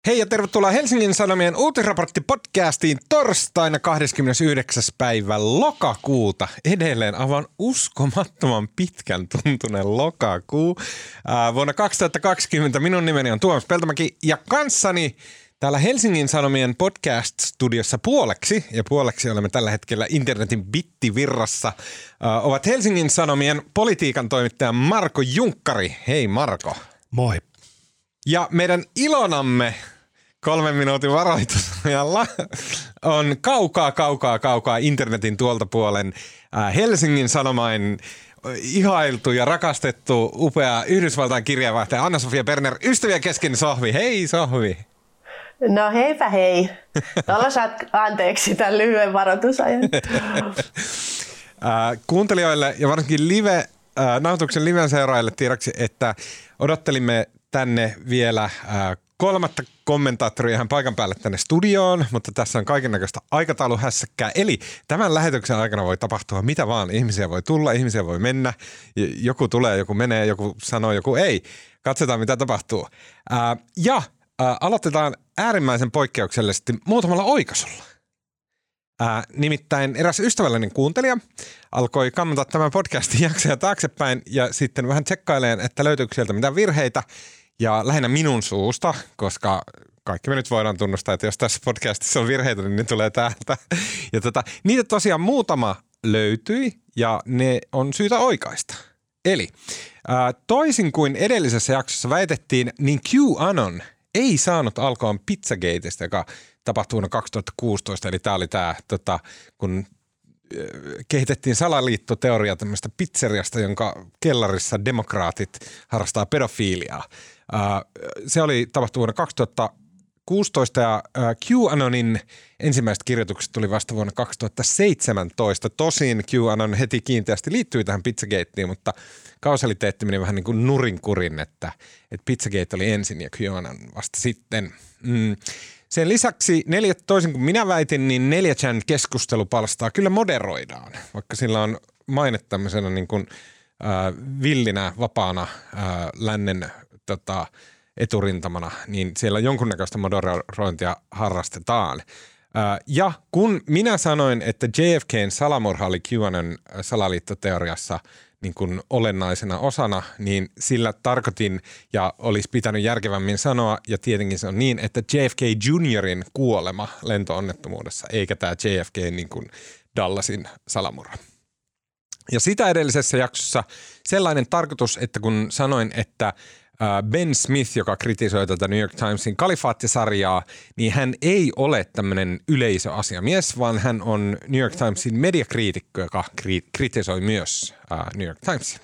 Hei ja tervetuloa Helsingin Sanomien uutisraporttipodcastiin torstaina 29. päivä lokakuuta. Edelleen aivan uskomattoman pitkän tuntunen lokakuu. Vuonna 2020 minun nimeni on Tuomas Peltomäki ja kanssani täällä Helsingin Sanomien podcast-studiossa puoleksi olemme tällä hetkellä internetin bittivirrassa, ovat Helsingin Sanomien politiikan toimittaja Marko Junkkari. Hei Marko. Moi. Ja meidän ilonamme 3 minuutin varoitusajalla on kaukaa internetin tuolta puolen Helsingin Sanomain ihailtu ja rakastettu upea Yhdysvaltain kirjeenvaihtaja Anna-Sofia Berner. Ystäviä kesken Sohvi. Hei Sohvi. No heipä hei. Tuolla saat anteeksi tämän lyhyen varoitusajan. Kuuntelijoille ja varsinkin nauhoituksen liven seuraajille tiedoksi, että odottelimme tänne vielä kolmatta kommentaattoria ihan paikan päälle tänne studioon, mutta tässä on kaikennäköistä aikatauluhässäkkää. Eli tämän lähetyksen aikana voi tapahtua mitä vaan. Ihmisiä voi tulla, ihmisiä voi mennä. Joku tulee, joku menee, joku sanoo, joku ei. Katsotaan mitä tapahtuu. Aloitetaan äärimmäisen poikkeuksellisesti muutamalla oikaisulla. Nimittäin eräs ystävällinen kuuntelija alkoi kannattaa tämän podcastin jaksoja taaksepäin ja sitten vähän tsekkaileen, että löytyykö sieltä mitään virheitä ja lähinnä minun suusta, koska kaikki me nyt voidaan tunnustaa, että jos tässä podcastissa on virheitä, niin ne tulee täältä. Ja niitä tosiaan muutama löytyi ja ne on syytä oikaista. Eli toisin kuin edellisessä jaksossa väitettiin, niin QAnon ei saanut alkoon Pizzagateista, joka tapahtui vuonna 2016. Eli tämä oli kun kehitettiin salaliittoteoria tämmöistä pizzeriasta, jonka kellarissa demokraatit harrastaa pedofiiliaa. Se oli tapahtunut vuonna 2016 ja QAnonin ensimmäiset kirjoitukset tuli vasta vuonna 2017. Tosin QAnon heti kiinteästi liittyi tähän Pizzagateen, mutta kausaliteetti meni vähän niin kuin nurinkurin, että Pizzagate oli ensin ja QAnon vasta sitten. Sen lisäksi toisin kuin minä väitin, niin 4chan keskustelupalstaa kyllä moderoidaan, vaikka sillä on maine tämmöisenä niin kuin villinä, vapaana lännen eturintamana, niin siellä jonkunnäköistä moderointia harrastetaan. Ja kun minä sanoin, että JFK:n salamurha oli QAnon salaliittoteoriassa niin kuin olennaisena osana, niin sillä tarkoitin ja olisi pitänyt järkevämmin sanoa, ja tietenkin se on niin, että JFK Juniorin kuolema lentoonnettomuudessa, eikä tämä JFK niin kuin Dallasin salamurha. Ja sitä edellisessä jaksossa sellainen tarkoitus, että kun sanoin, että Ben Smith, joka kritisoi tätä New York Timesin kalifaattisarjaa, niin hän ei ole tämmöinen yleisöasiamies, vaan hän on New York Timesin mediakriitikko, joka kritisoi myös New York Timesia.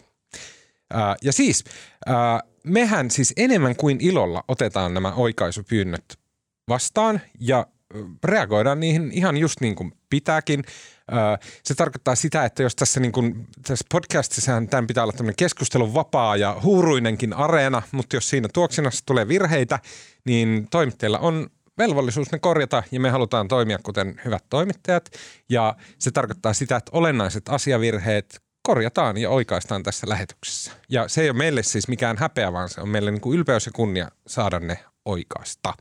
Ja siis mehän siis enemmän kuin ilolla otetaan nämä oikaisupyynnöt vastaan ja reagoidaan niihin ihan just niin kuin pitääkin. Se tarkoittaa sitä, että jos tässä podcastissahan tämän pitää olla tämmöinen keskustelun vapaa ja huuruinenkin areena, mutta jos siinä tuoksinnassa tulee virheitä, niin toimittajilla on velvollisuus ne korjata ja me halutaan toimia kuten hyvät toimittajat. Ja se tarkoittaa sitä, että olennaiset asiavirheet korjataan ja oikaistaan tässä lähetyksessä. Ja se ei ole meille siis mikään häpeä, vaan se on meille niin kuin ylpeys ja kunnia saada ne oikaista.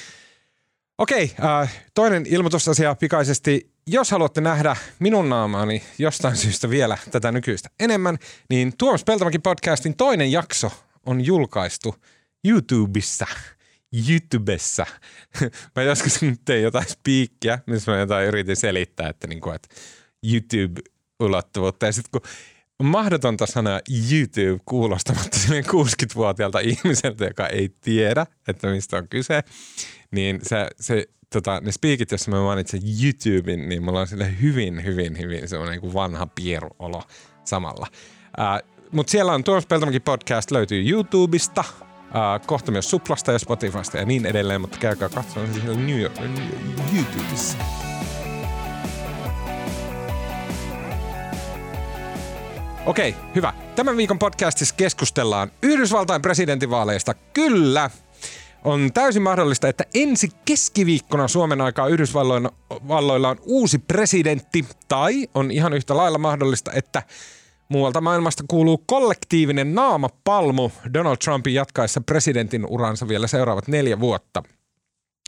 Okei, toinen ilmoitusasia pikaisesti. Jos haluatte nähdä minun naamaani jostain syystä vielä tätä nykyistä enemmän, niin Tuomas Peltomäki podcastin toinen jakso on julkaistu YouTubessa. Mä joskus tein jotain spiikkiä, missä mä jotain yritin selittää, että YouTube-ulottuvuutta. Ja sitten kun on mahdotonta sanoa YouTube kuulostamatta 60-vuotiaalta ihmiseltä, joka ei tiedä, että mistä on kyse, niin ne spiikit, jossa mä mainitsen YouTuben, niin mulla on sille hyvin semmoinen niin kuin vanha pieruolo samalla. Mutta siellä on Tuomas Peltomäki podcast, löytyy YouTubesta, kohta myös Suplasta ja Spotifysta ja niin edelleen, mutta käykää katsomaan se siellä YouTubessa. Okei, hyvä. Tämän viikon podcastissa keskustellaan Yhdysvaltain presidentinvaaleista. Kyllä! On täysin mahdollista, että ensi keskiviikkona Suomen aikaa Yhdysvalloilla on uusi presidentti, tai on ihan yhtä lailla mahdollista, että muualta maailmasta kuuluu kollektiivinen naamapalmu Donald Trumpin jatkaessa presidentin uransa vielä seuraavat 4 vuotta.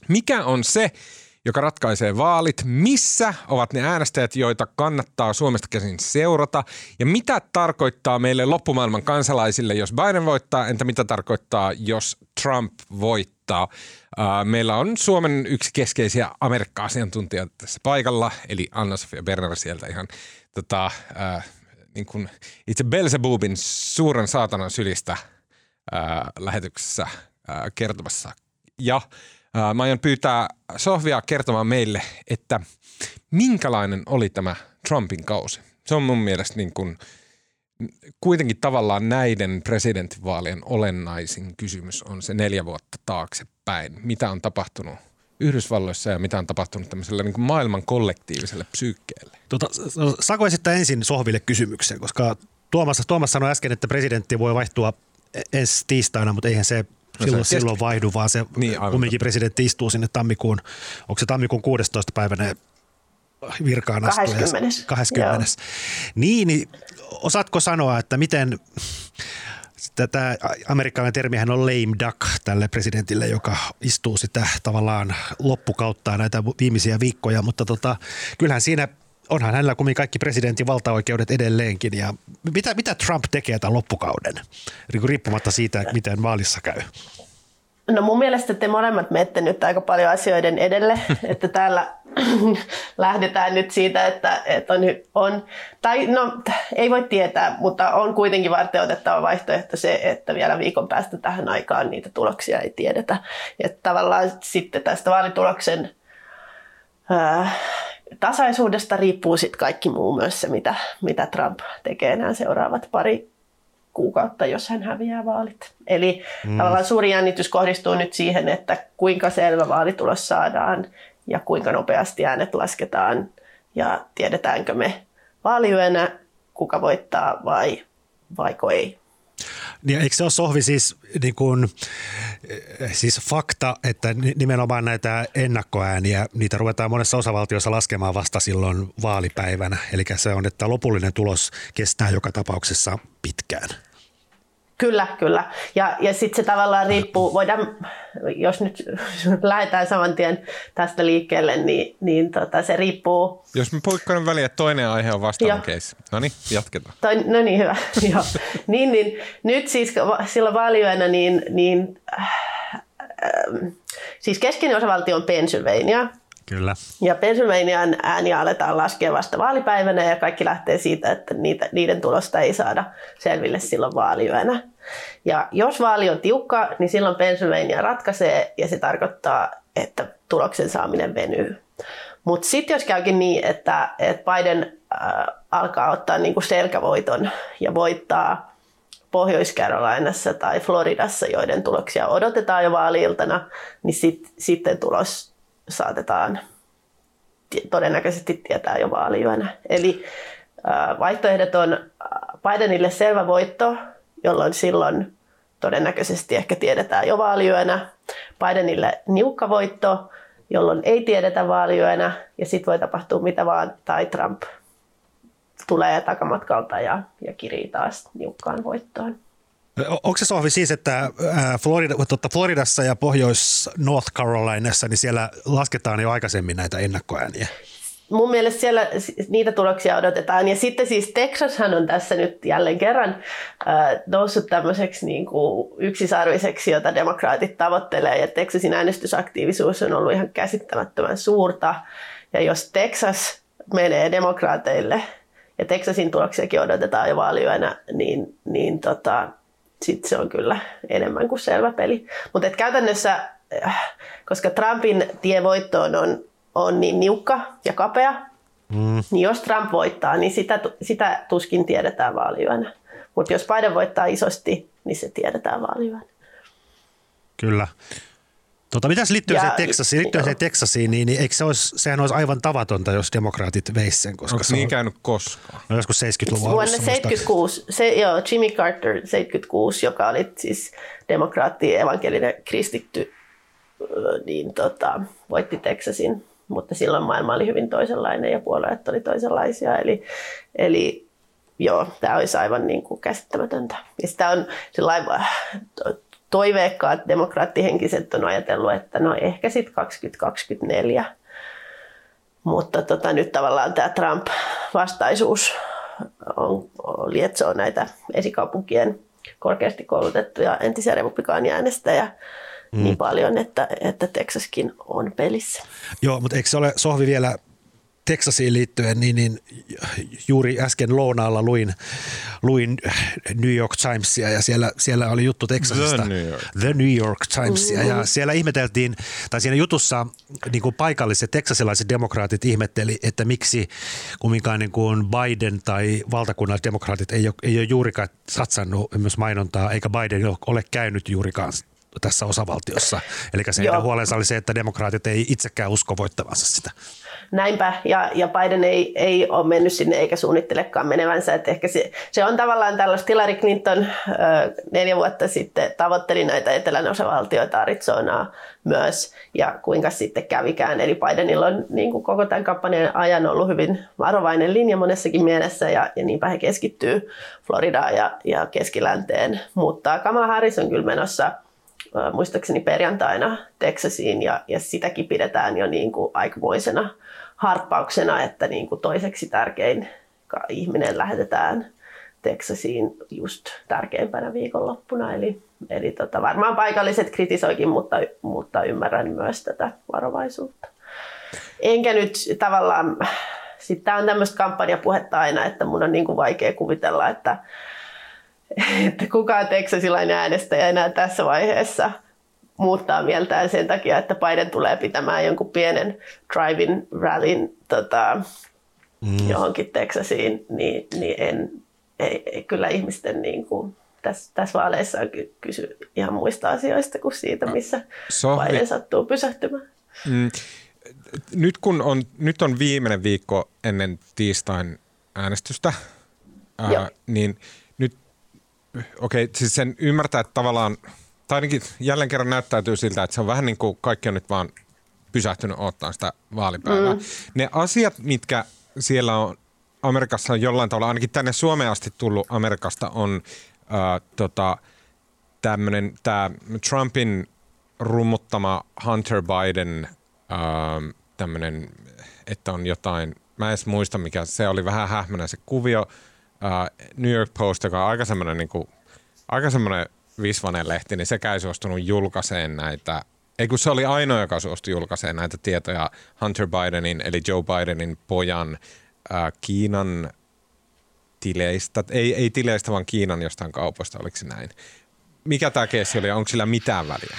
Mikä on se, joka ratkaisee vaalit? Missä ovat ne äänestäjät, joita kannattaa Suomesta käsin seurata? Ja mitä tarkoittaa meille loppumaailman kansalaisille, jos Biden voittaa? Entä mitä tarkoittaa, jos Trump voittaa? Meillä on Suomen yksi keskeisiä Amerikka-asiantuntijoita tässä paikalla, eli Anna-Sofia Berner sieltä ihan niin kuin itse Belzebubin suuren saatanan sylistä lähetyksessä kertomassa. Ja mä aion pyytää Sofia kertomaan meille, että minkälainen oli tämä Trumpin kausi. Se on mun mielestä niin kuin kuitenkin tavallaan näiden presidentinvaalien olennaisin kysymys on se 4 vuotta taaksepäin. Mitä on tapahtunut Yhdysvalloissa ja mitä on tapahtunut tämmöiselle niin kuin maailman kollektiiviselle psyykkeelle? Saanko esittää ensin Sohville kysymyksen, koska Tuomas sanoi äsken, että presidentti voi vaihtua ensi tiistaina, mutta eihän se silloin vaihdu, vaan se kumminkin presidentti istuu sinne onko se tammikuun 16. päivänä virkaan astuja? 20. Niin, osaatko sanoa, että miten tätä amerikkalainen termihän on lame duck tälle presidentille, joka istuu sitä tavallaan loppukauttaa näitä viimeisiä viikkoja, mutta kyllähän siinä onhan hänellä kummin kaikki presidentin valtaoikeudet edelleenkin. Ja mitä Trump tekee tämän loppukauden, riippumatta siitä, miten vaalissa käy? No mun mielestä te molemmat menette nyt aika paljon asioiden edelle, että täällä lähdetään nyt siitä, että on tai no ei voi tietää, mutta on kuitenkin varteenotettava vaihtoehto se, että vielä viikon päästä tähän aikaan niitä tuloksia ei tiedetä. Ja tavallaan sitten tästä vaalituloksen tasaisuudesta riippuu sitten kaikki muu myös se, mitä Trump tekee nämä seuraavat pari kuukautta, jos hän häviää vaalit. Eli tavallaan suuri jännitys kohdistuu nyt siihen, että kuinka selvä vaalitulos saadaan ja kuinka nopeasti äänet lasketaan ja tiedetäänkö me vaaliyönä, kuka voittaa vaiko ei. Niin, eikö se ole Sohvi siis fakta, että nimenomaan näitä ennakkoääniä, niitä ruvetaan monessa osavaltiossa laskemaan vasta silloin vaalipäivänä. Eli se on, että lopullinen tulos kestää joka tapauksessa pitkään. Kyllä. Ja sitten se tavallaan riippuu, jos nyt lähdetään saman tien tästä liikkeelle, niin se riippuu. Jos me poikkaan väliin, että toinen aihe on vastaava keissi. No niin, jatketaan. No niin, hyvä. Joo. niin, nyt siis silloin vaaliyönä, siis keskeinen osavaltio on Pennsylvania. Kyllä. Ja Pennsylvanian ääniä aletaan laskea vasta vaalipäivänä ja kaikki lähtee siitä, että niiden tulosta ei saada selville silloin vaaliyönä. Ja jos vaali on tiukka, niin silloin Pennsylvania ratkaisee ja se tarkoittaa, että tuloksen saaminen venyy. Mutta sitten jos käykin niin, että Biden alkaa ottaa niinku selkävoiton ja voittaa Pohjois-Carolinassa tai Floridassa, joiden tuloksia odotetaan jo vaali-iltana, niin sitten tulos saatetaan todennäköisesti tietää jo vaaliyönä. Eli vaihtoehdot on Bidenille selvä voitto, jolloin silloin todennäköisesti ehkä tiedetään jo vaaliyönä. Bidenille niukka voitto, jolloin ei tiedetä vaaliyönä ja sitten voi tapahtua mitä vaan, tai Trump tulee takamatkalta ja kirii taas niukkaan voittoon. Onko se Sohvi siis, että Floridassa ja Pohjois-North Carolinassa, niin siellä lasketaan jo aikaisemmin näitä ennakkoääniä? Mun mielestä siellä niitä tuloksia odotetaan. Ja sitten siis Texashan on tässä nyt jälleen kerran noussut tämmöiseksi niin kuin yksisarviseksi, jota demokraatit tavoittelee. Ja Texasin äänestysaktiivisuus on ollut ihan käsittämättömän suurta. Ja jos Texas menee demokraateille ja Texasin tuloksiakin odotetaan jo vaaliyönä, niin sitten se on kyllä enemmän kuin selvä peli. Mutta käytännössä, koska Trumpin tie voittoon on niin niukka ja kapea, niin jos Trump voittaa, niin sitä tuskin tiedetään vaaliyönä. Mutta jos Biden voittaa isosti, niin se tiedetään vaaliyönä. Kyllä. Mitäs liittyen Texasiin, niin eikö sehän olisi aivan tavatonta, jos demokraatit veisivät sen? Onko se niin käynyt koskaan? No joskus 70-luvun vuonna 76, Jimmy Carter 76, joka oli siis demokraatti, evankelinen kristitty, niin voitti Texasin, mutta silloin maailma oli hyvin toisenlainen ja puolueet oli toisenlaisia, eli joo, tämä olisi aivan niin kuin käsittämätöntä. Ja sitä on toiveikkaat demokraattihenkiset on ajatellut, että no ehkä sitten 2024. Mutta nyt tavallaan tämä Trump-vastaisuus lietsoo näitä esikaupunkien korkeasti koulutettuja entisiä republikaaniäänestäjiä niin paljon, että Texaskin on pelissä. Joo, mutta eikö se ole, Sohvi, vielä Texasiin liittyen, niin juuri äsken lounaalla luin New York Timesia ja siellä oli juttu Texasista. The New York Timesia. Ja siellä ihmeteltiin, tai siinä jutussa niin kuin paikalliset teksasilaiset demokraatit ihmetteli, että miksi kumminkaan niin kuin Biden tai valtakunnalliset demokraatit ei ole juurikaan satsannut myös mainontaa, eikä Biden ole käynyt juurikaan tässä osavaltiossa. Eli se heidän huolensa oli se, että demokraatit ei itsekään usko voittavansa sitä. Näinpä, ja Biden ei ole mennyt sinne eikä suunnittelekaan menevänsä. Että ehkä se on tavallaan tällaista. Hillary Clinton 4 vuotta sitten tavoitteli näitä etelän osavaltioita, Arizonaa myös, ja kuinka sitten kävikään. Eli Bidenilla on niin kuin koko tämän kampanjan ajan ollut hyvin varovainen linja monessakin mielessä, ja niinpä he keskittyy Floridaan ja Keskilänteen. Mutta Kamala Harris on kyllä menossa muistaakseni perjantaina Texasiin, ja sitäkin pidetään jo niin kuin aikamoisena harppauksena, että niin kuin toiseksi tärkein ihminen lähetetään Texasiin just tärkeimpänä viikonloppuna. Eli varmaan paikalliset kritisoikin, mutta ymmärrän myös tätä varovaisuutta. Enkä nyt tavallaan, sitten tämä on tämmöistä kampanjapuhetta aina, että mun on niin kuin vaikea kuvitella, että kukaan teksasilainen äänestäjä enää tässä vaiheessa muuttaa mieltään sen takia, että Biden tulee pitämään jonkun pienen drive-in rallyn johonkin Texasiin, niin ei kyllä ihmisten niin kuin tässä vaaleissa on kysy ihan muista asioista kuin siitä, missä Biden sattuu pysähtymään. Nyt on viimeinen viikko ennen tiistain äänestystä, niin nyt siis sen ymmärtää, että tavallaan, tai ainakin jälleen kerran näyttäytyy siltä, että se on vähän niin kuin kaikki on nyt vaan pysähtynyt odottaa sitä vaalipäivää. Ne asiat, mitkä siellä on Amerikassa on jollain tavalla, ainakin tänne Suomeen asti tullut Amerikasta, on tämä Trumpin rummuttama Hunter Biden tämmöinen, että on jotain, mä en edes muista mikä, se oli vähän hähmänä se kuvio, New York Post, joka on aika semmoinen visvainen lehti, niin sekä ei suostunut julkaiseen näitä, kun se oli ainoa, joka suostui julkaiseen näitä tietoja Hunter Bidenin, eli Joe Bidenin pojan Kiinan tileistä, ei tileistä, vaan Kiinan jostain kaupoista, oliko se näin? Mikä tämä keissi oli, onko sillä mitään väliä?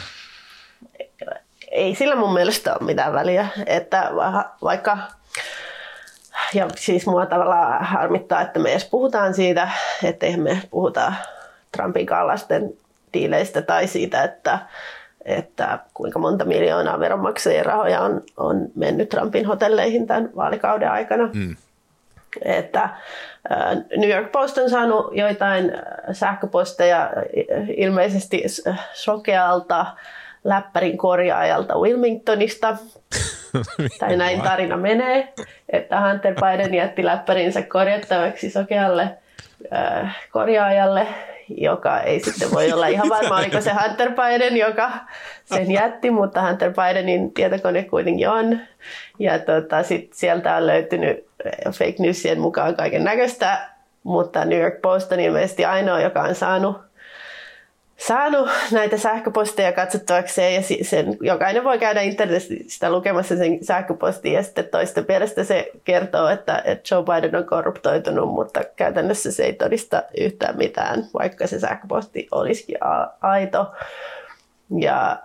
Ei sillä mun mielestä ole mitään väliä, että vaikka, ja siis mua tavallaan harmittaa, että me edes puhutaan siitä, etteihän me puhuta Trumpin kallasten diileistä tai siitä, että kuinka monta miljoonaa veronmaksajien rahoja on mennyt Trumpin hotelleihin tämän vaalikauden aikana. Että New York Post on saanut joitain sähköposteja ilmeisesti sokealta läppärin korjaajalta Wilmingtonista. Tai näin tarina menee, että Hunter Biden jätti läppärinsä korjattavaksi sokealle korjaajalle, joka ei sitten voi olla ihan varma, oliko se Hunter Biden, joka sen jätti, mutta Hunter Bidenin tietokone kuitenkin on. Ja sit sieltä on löytynyt fake newsien mukaan kaiken näköistä, mutta New York Post on ilmeisesti ainoa, joka on saanut näitä sähköposteja katsottavakseen, ja jokainen voi käydä internetistä lukemassa sen sähköpostin, ja sitten toisten mielestä se kertoo, että Joe Biden on korruptoitunut, mutta käytännössä se ei todista yhtään mitään, vaikka se sähköposti olisikin aito. Ja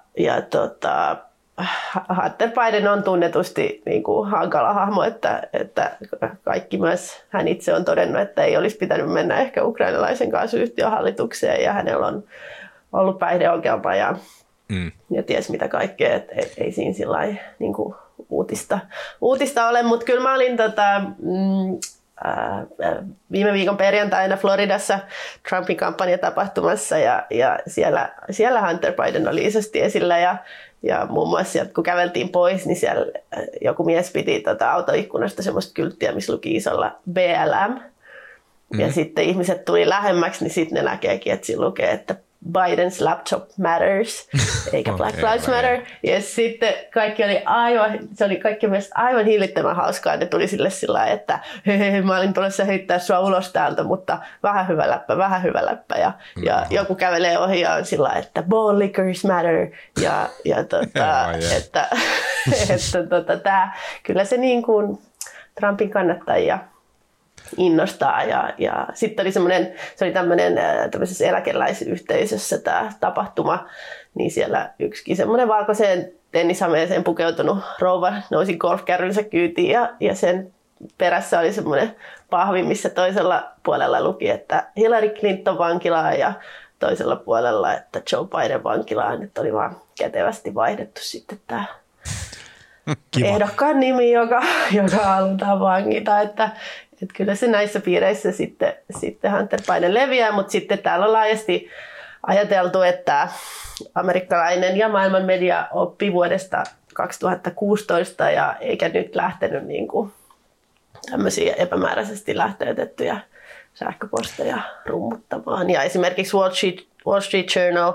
Hunter Biden on tunnetusti niin kuin hankala hahmo, että kaikki myös hän itse on todennut, että ei olisi pitänyt mennä ehkä ukrainalaisen kaasuyhtiön hallitukseen, ja hänellä on ollut päihdeongelma ja ties mitä kaikkea, että ei siinä sillai niin kuin uutista ole, mutta kyllä mä olin viime viikon perjantaina Floridassa Trumpin kampanjatapahtumassa, ja siellä Hunter Biden oli isosti esillä, ja muun muassa sieltä, kun käveltiin pois, niin siellä joku mies piti autoikkunasta semmoista kylttiä, missä luki isolla BLM. Ja sitten ihmiset tuli lähemmäksi, niin sitten ne näkeekin, että siinä lukee, että Biden's laptop matters, eikä Black Lives Matter. Ja sitten se oli kaikki mielestä aivan hillittömän hauskaa. Ne tuli sille sillä lailla, että hei, mä olin tulossa heittää sua ulos täältä, mutta vähän hyvä läppä. Ja joku kävelee ohi ja on sillä lailla, että ball liquors matter. Kyllä se niin kuin Trumpin kannattajia innostaa ja sitten oli tämmöinen tämmöisessä eläkeläisyhteisössä tämä tapahtuma, niin siellä yksikin semmoinen valkoiseen tennisameeseen pukeutunut rouva nousi golfkärrynsä kyytiin ja sen perässä oli semmoinen pahvi, missä toisella puolella luki, että Hillary Clinton vankilaan ja toisella puolella, että Joe Biden vankilaan, että oli vaan kätevästi vaihdettu sitten tämä ehdokkaan nimi, joka halutaan vankita, että kyllä se näissä piireissä sitten Hunter Biden leviää, mutta sitten täällä on laajasti ajateltu, että amerikkalainen ja maailman media oppi vuodesta 2016 ja eikä nyt lähtenyt niin kuin tämmöisiä epämääräisesti lähteytettyjä sähköposteja rummuttamaan. Ja esimerkiksi Wall Street Journal,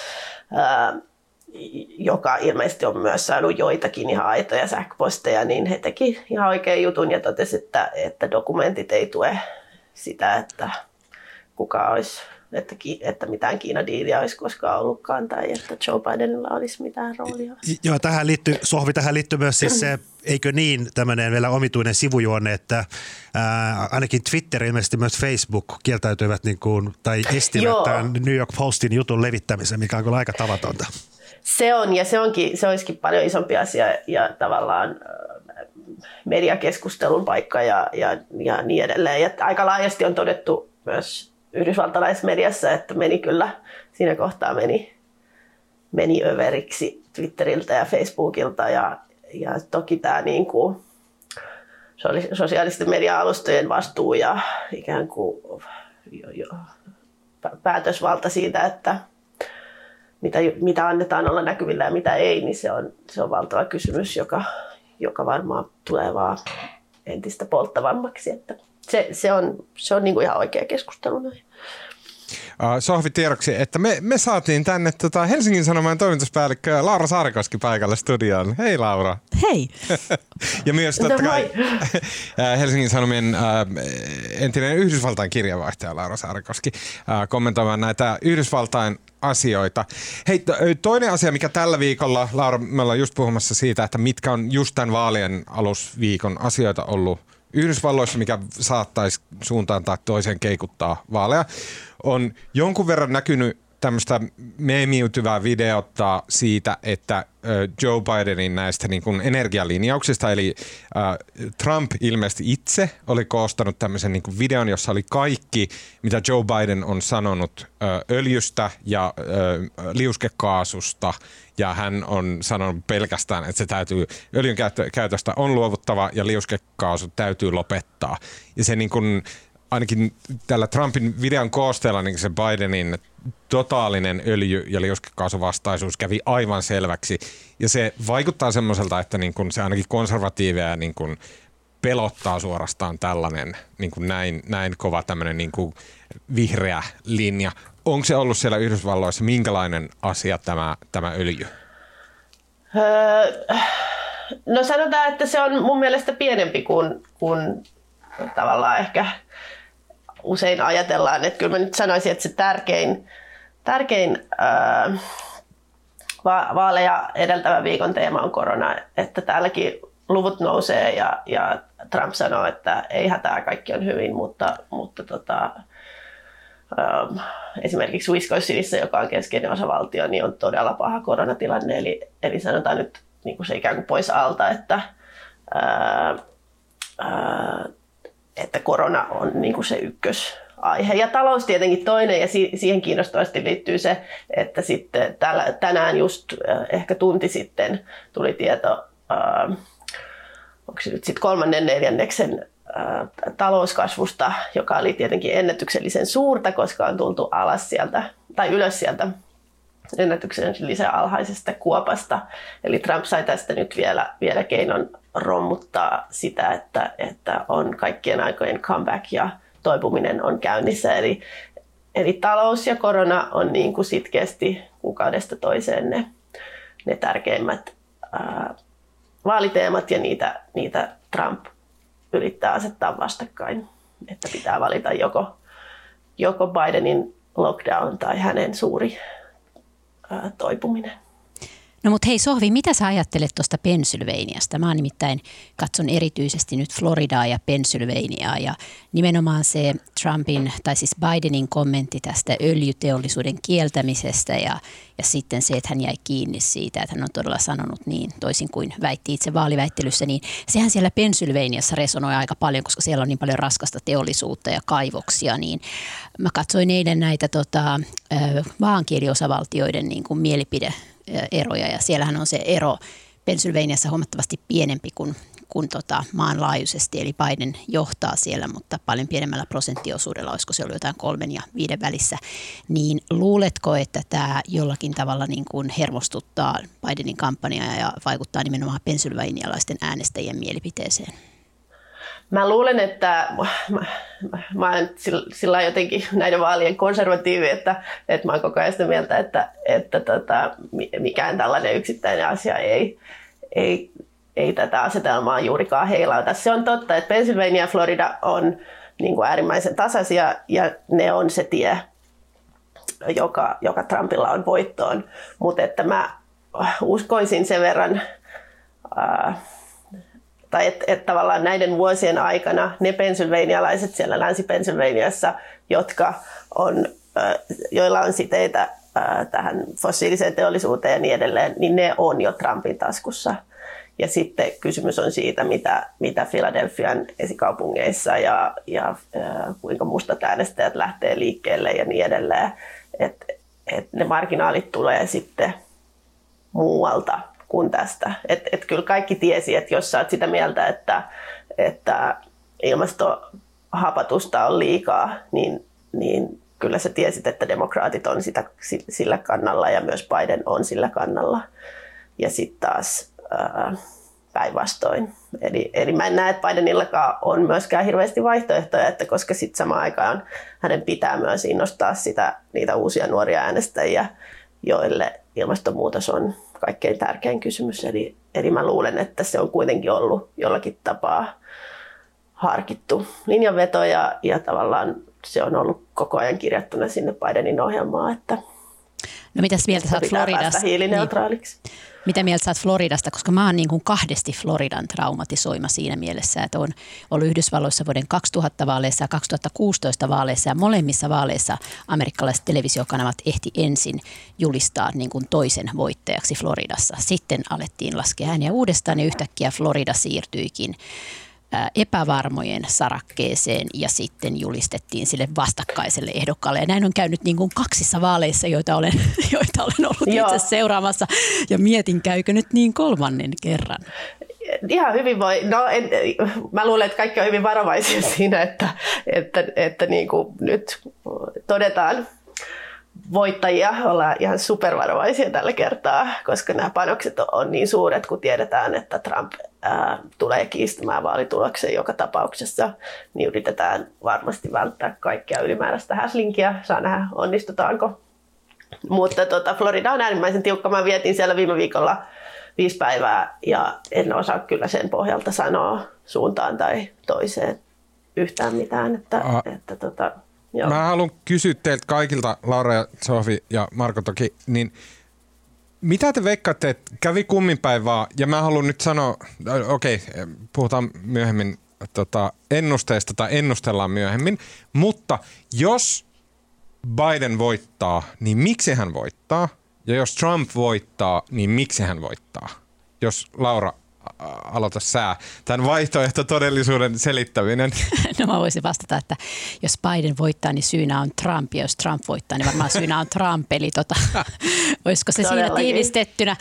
joka ilmeisesti on myös saanut joitakin ihan aitoja sähköposteja, niin he teki ihan oikean jutun ja totesi, että dokumentit ei tue sitä, että kuka olisi, että mitään Kiina-diiliä olisi koskaan ollutkaan tai että Joe Bidenilla olisi mitään roolia. Joo, tähän liittyy myös siis se, eikö niin, tämmöinen vielä omituinen sivujuonne, että ainakin Twitter, ilmeisesti myös Facebook kieltäytyivät tai estivät tämän New York Postin jutun levittämisen, mikä on kyllä aika tavatonta. Se on, ja se olisikin paljon isompi asia ja tavallaan mediakeskustelun paikka ja niin edelleen. Ja aika laajasti on todettu myös yhdysvaltalaismediassa, että siinä kohtaa meni överiksi Twitteriltä ja Facebookilta ja toki tämä niin kuin sosiaalisten media-alustojen vastuu ja ikään kuin päätösvalta siitä, että mitä annetaan olla näkyvillä ja mitä ei, niin se on valtava kysymys, joka varmaan tulee vaan entistä polttavammaksi. Että se on niin kuin ihan oikea keskustelu näin. Sohvi tiedoksi, että me saatiin tänne Helsingin Sanomaan toimituspäällikkö Laura Saarikoski paikalle studioon. Hei Laura. Hei. Ja myös totta kai Helsingin Sanomien entinen Yhdysvaltain kirjavaihtaja Laura Saarikoski kommentoimaan näitä Yhdysvaltain asioita. Hei, toinen asia, mikä tällä viikolla, Laura, me ollaan just puhumassa siitä, että mitkä on just tämän vaalien alusviikon asioita ollut Yhdysvalloissa, mikä saattaisi suuntaan tai toiseen keikuttaa vaaleja, on jonkun verran näkynyt tämmöistä meemiytyvää videota siitä, että Joe Bidenin näistä niin kuin energialinjauksista, eli Trump ilmeisesti itse oli koostanut tämmöisen niin kuin videon, jossa oli kaikki, mitä Joe Biden on sanonut öljystä ja liuskekaasusta, ja hän on sanonut pelkästään, että se öljyn käytöstä on luovuttava ja liuskekaasu täytyy lopettaa. Ja se niin kuin, ainakin tällä Trumpin videon koosteella niin se Bidenin totaalinen öljy- ja liuskekaasuvastaisuus kävi aivan selväksi. Ja se vaikuttaa semmoiselta, että niin kuin se ainakin konservatiiveja niin kuin pelottaa suorastaan tällainen niin kuin näin kova tämmöinen niin kuin vihreä linja. Onko se ollut siellä Yhdysvalloissa minkälainen asia tämä öljy? No sanotaan, että se on mun mielestä pienempi kuin tavallaan ehkä usein ajatellaan. Että kyllä mä nyt sanoisin, että se tärkein vaaleja edeltävän viikon teema on korona. Että täälläkin luvut nousee ja Trump sanoo, että ei hätää, kaikki on hyvin, mutta esimerkiksi Wisconsinissa, joka on keskeinen osavaltio, niin on todella paha koronatilanne. Eli sanotaan nyt niin kuin se ikään kuin pois alta, että korona on niin kuin se ykkösaihe. Ja talous tietenkin toinen, ja siihen kiinnostavasti liittyy se, että sitten tänään just ehkä tunti sitten tuli tieto, onko se nyt sitten 3/4 talouskasvusta, joka oli tietenkin ennätyksellisen suurta, koska on tultu alas sieltä, tai ylös sieltä ennätyksellisen alhaisesta kuopasta. Eli Trump sai tästä nyt vielä keinon rommuttaa sitä, että on kaikkien aikojen comeback ja toipuminen on käynnissä. Eli talous ja korona on niin kuin sitkeästi kuukaudesta toiseen ne tärkeimmät vaaliteemat, ja niitä Trump yrittää asettaa vastakkain, että pitää valita joko Bidenin lockdown tai hänen suuri toipuminen. No mutta hei Sohvi, mitä sä ajattelet tuosta Pennsylvaniasta? Mä nimittäin katson erityisesti nyt Floridaa ja Pennsylvaniaa ja nimenomaan se Trumpin tai siis Bidenin kommentti tästä öljyteollisuuden kieltämisestä ja sitten se, että hän jäi kiinni siitä, että hän on todella sanonut niin toisin kuin väitti itse vaaliväittelyssä, niin sehän siellä Pennsylvaniassa resonoi aika paljon, koska siellä on niin paljon raskasta teollisuutta ja kaivoksia, niin mä katsoin eilen näitä vaankieliosavaltioiden niin kuin mielipideeroja ja siellähän on se ero Pennsylvaniassa huomattavasti pienempi kuin maanlaajuisesti, eli Biden johtaa siellä, mutta paljon pienemmällä prosenttiosuudella, olisiko se ollut jotain 3 ja 5 välissä, niin luuletko, että tämä jollakin tavalla niin kuin hermostuttaa Bidenin kampanjaa ja vaikuttaa nimenomaan pennsylvanialaisten äänestäjien mielipiteeseen? Mä luulen, että mä olen sillä jotenkin näiden vaalien konservatiivi, että mä oon koko ajan sitä mieltä, että mikään tällainen yksittäinen asia ei tätä asetelmaa juurikaan heilauta. Se on totta, että Pennsylvania ja Florida on niin kuin äärimmäisen tasaisia ja ne on se tie, joka Trumpilla on voittoon. Mutta että mä uskoisin sen verran, tai että tavallaan näiden vuosien aikana ne pennsylvanialaiset siellä Länsi-Pennsylvaniassa, joilla on siteitä tähän fossiiliseen teollisuuteen ja niin edelleen, niin ne on jo Trumpin taskussa. Ja sitten kysymys on siitä, mitä Philadelphian esikaupungeissa ja kuinka mustat äänestäjät lähtee liikkeelle ja niin edelleen. Että ne marginaalit tulee sitten muualta kuin tästä. Et kyllä kaikki tiesi, että jos sä oot sitä mieltä, että ilmastohapatusta on liikaa, niin kyllä sä tiesit, että demokraatit on sillä kannalla ja myös Biden on sillä kannalla. Ja sitten taas päinvastoin. Eli mä en näe, että Bidenillakaan on myöskään hirveästi vaihtoehtoja, että koska sitten samaan aikaan hänen pitää myös innostaa niitä uusia nuoria äänestäjiä, joille ilmastonmuutos on kaikkein tärkein kysymys. Eli mä luulen, että se on kuitenkin ollut jollakin tapaa harkittu linjanveto ja tavallaan se on ollut koko ajan kirjattuna sinne Bidenin ohjelmaan, että mitäs mieltä sä oot Floridasta? Hiilineutraaliksi. Mitä mieltä sä oot Floridasta, koska mä oon niin kuin kahdesti Floridan traumatisoima siinä mielessä, että on ollut Yhdysvalloissa vuoden 2000 vaaleissa ja 2016 vaaleissa ja molemmissa vaaleissa amerikkalaiset televisiokanavat ehti ensin julistaa niin kuin toisen voittajaksi Floridassa. Sitten alettiin laskea ääniä uudestaan ja yhtäkkiä Florida siirtyikin epävarmojen sarakkeeseen ja sitten julistettiin sille vastakkaiselle ehdokkaalle. Ja näin on käynyt niin kuin 2 vaaleissa, joita olen ollut itse seuraamassa ja mietin, käykö nyt niin 3. kerran. Ihan hyvin voi. No, mä luulen, että kaikki on hyvin varovaisia siinä, että niin kuin nyt todetaan voittajia, ollaan ihan supervarovaisia tällä kertaa, koska nämä panokset on niin suuret, kun tiedetään, että Trump tulee kiistämään vaalituloksen joka tapauksessa, niin yritetään varmasti välttää kaikkia ylimääräistä häslinkiä. Saa nähdä, onnistutaanko. Mutta Florida on äärimmäisen tiukka. Mä vietin siellä viime viikolla 5 päivää ja en osaa kyllä sen pohjalta sanoa suuntaan tai toiseen yhtään mitään. Joo. Mä haluan kysyä teiltä kaikilta, Laura ja Sohvi ja Marko toki, niin mitä te veikkaatte, että kävi kummin päin vaan, ja mä haluan nyt sanoa, puhutaan myöhemmin ennusteesta tai ennustellaan myöhemmin, mutta jos Biden voittaa, niin miksi hän voittaa? Ja jos Trump voittaa, niin miksi hän voittaa? Jos Laura, aloita sä. Tämän vaihtoehtotodellisuuden selittäminen. No mä voisin vastata, että jos Biden voittaa, niin syynä on Trump. Ja jos Trump voittaa, niin varmaan syynä on Trump. Eli olisiko se siinä tiivistettynä?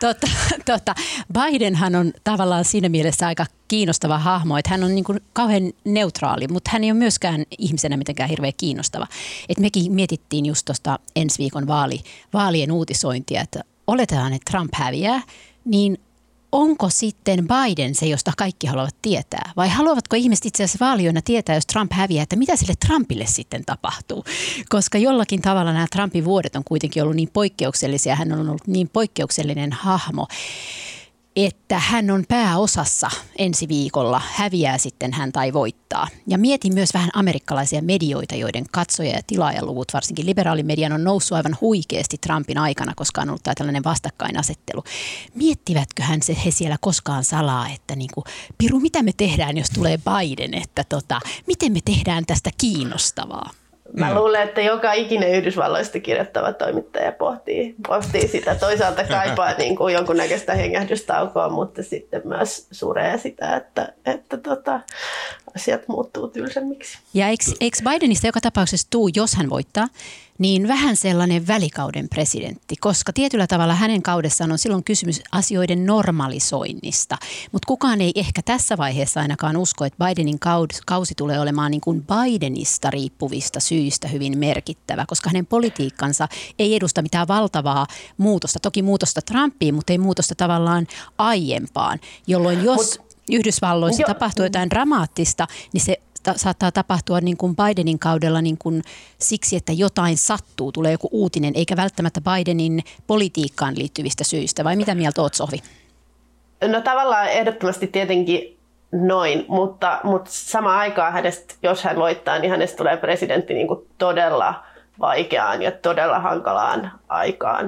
Bidenhan on tavallaan siinä mielessä aika kiinnostava hahmo, että hän on niin kuin kauhean neutraali, mutta hän ei ole myöskään ihmisenä mitenkään hirveän kiinnostava. Et mekin mietittiin just tuosta ensi viikon vaalien uutisointia, että oletetaan, että Trump häviää, niin onko sitten Biden se, josta kaikki haluavat tietää? Vai haluavatko ihmiset itse asiassa vaalioina tietää, jos Trump häviää, että mitä sille Trumpille sitten tapahtuu? Koska jollakin tavalla nämä Trumpin vuodet on kuitenkin ollut niin poikkeuksellisia, hän on ollut niin poikkeuksellinen hahmo, että hän on pääosassa ensi viikolla, häviää sitten hän tai voittaa. Ja mietin myös vähän amerikkalaisia medioita, joiden katsoja- ja tilaajaluvut, varsinkin liberaalimedian, on noussut aivan huikeasti Trumpin aikana, koska on ollut tällainen vastakkainasettelu. Miettivätköhän he siellä koskaan salaa, että niin kuin, Piru, mitä me tehdään, jos tulee Biden, että miten me tehdään tästä kiinnostavaa? Mä luulen, että joka ikinen Yhdysvalloista kirjoittava toimittaja pohtii sitä. Toisaalta kaipaa niin kuin jonkunnäköistä hengähdystaukoa, mutta sitten myös suree sitä, että asiat muuttuu tylsemmiksi. Ja eikö Bidenista joka tapauksessa tuu, jos hän voittaa, niin vähän sellainen välikauden presidentti, koska tietyllä tavalla hänen kaudessaan on silloin kysymys asioiden normalisoinnista. Mutta kukaan ei ehkä tässä vaiheessa ainakaan usko, että Bidenin kausi tulee olemaan niin kuin Bidenista riippuvista syistä hyvin merkittävä, koska hänen politiikkansa ei edusta mitään valtavaa muutosta. Toki muutosta Trumpiin, mutta ei muutosta tavallaan aiempaan, jolloin jos Yhdysvalloissa tapahtuu jotain dramaattista, niin se saattaa tapahtua niin kuin Bidenin kaudella niin kuin siksi, että jotain sattuu, tulee joku uutinen, eikä välttämättä Bidenin politiikkaan liittyvistä syistä. Vai mitä mieltä oot, Sohvi? No tavallaan ehdottomasti tietenkin noin, mutta samaan aikaan hänestä, jos hän voittaa, niin hänestä tulee presidentti niin kuin todella vaikeaan ja todella hankalaan aikaan.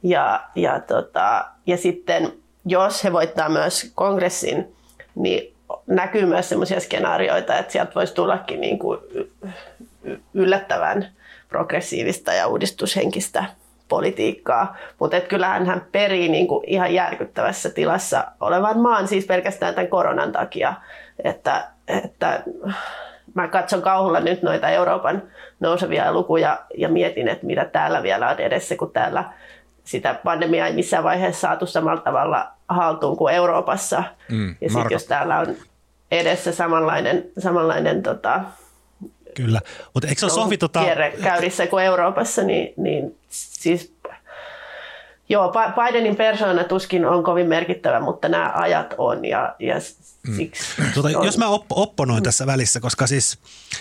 Ja sitten jos he voittaa myös kongressin, niin näkyy myös sellaisia skenaarioita, että sieltä voisi tullakin niin kuin yllättävän progressiivista ja uudistushenkistä politiikkaa. Mutta kyllähän hän perii niin kuin ihan järkyttävässä tilassa olevan maan siis pelkästään tämän koronan takia. Että mä katson kauhulla nyt noita Euroopan nousevia lukuja ja mietin, että mitä täällä vielä on edessä, kun täällä sitä pandemiaa ei missään vaiheessa saatu samalla tavalla haltuun kuin Euroopassa. Ja sitten jos täällä on edessä samanlainen kyllä, mutta eikö se ole Sohvi kierre käynnissä kuin Euroopassa, niin siis joo, Bidenin persoona tuskin on kovin merkittävä, mutta nämä ajat on ja siksi jos mä opponoin tässä välissä, koska siis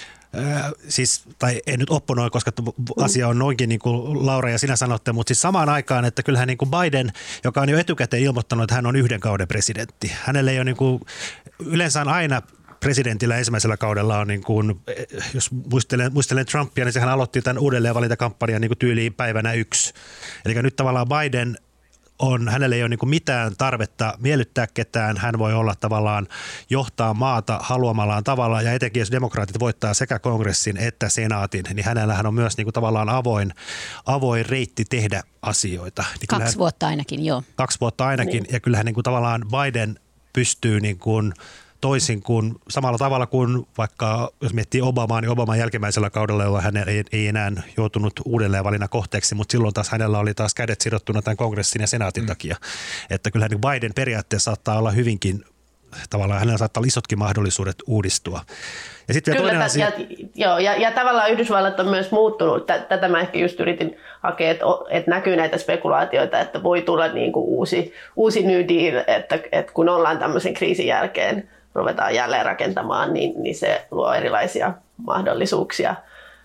tai en nyt opponoi, koska asia on noinkin niin kuin Laura ja sinä sanotte, mutta siis samaan aikaan, että kyllähän niin kuin Biden, joka on jo etukäteen ilmoittanut, että hän on yhden kauden presidentti. Hänelle ei ole niin kuin, yleensä on aina presidentillä ensimmäisellä kaudella on, niin kuin, jos muistelen Trumpia, niin sehän aloitti tämän uudelleenvalintakampanjan niin kuin tyyliin päivänä 1. Eli nyt tavallaan Biden hänellä ei ole niin kuin mitään tarvetta miellyttää ketään, hän voi olla tavallaan johtaa maata haluamallaan tavalla ja etenkin jos demokraatit voittaa sekä kongressin että senaatin, niin hänellähän on myös niin kuin tavallaan avoin reitti tehdä asioita. Niin 2 vuotta ainakin, joo. 2 vuotta ainakin niin. Ja kyllähän niin kuin tavallaan Biden pystyy niin kuin toisin kuin samalla tavalla kuin vaikka jos miettii Obamaa, niin Obaman jälkimmäisellä kaudella, jolla hän ei enää joutunut uudelleen valinnan kohteeksi, mutta silloin taas hänellä oli taas kädet sidottuna tämän kongressin ja senaatin takia. Että kyllähän niin Biden periaatteessa saattaa olla hyvinkin, tavallaan hänellä saattaa olla isotkin mahdollisuudet uudistua. Ja sitten vielä toinen asia. Ja tavallaan Yhdysvallat on myös muuttunut. Tätä mä ehkä just yritin hakea, että näkyy näitä spekulaatioita, että voi tulla niin kuin uusi New Deal, että kun ollaan tämmöisen kriisin jälkeen, ruvetaan jälleen rakentamaan, niin se luo erilaisia mahdollisuuksia.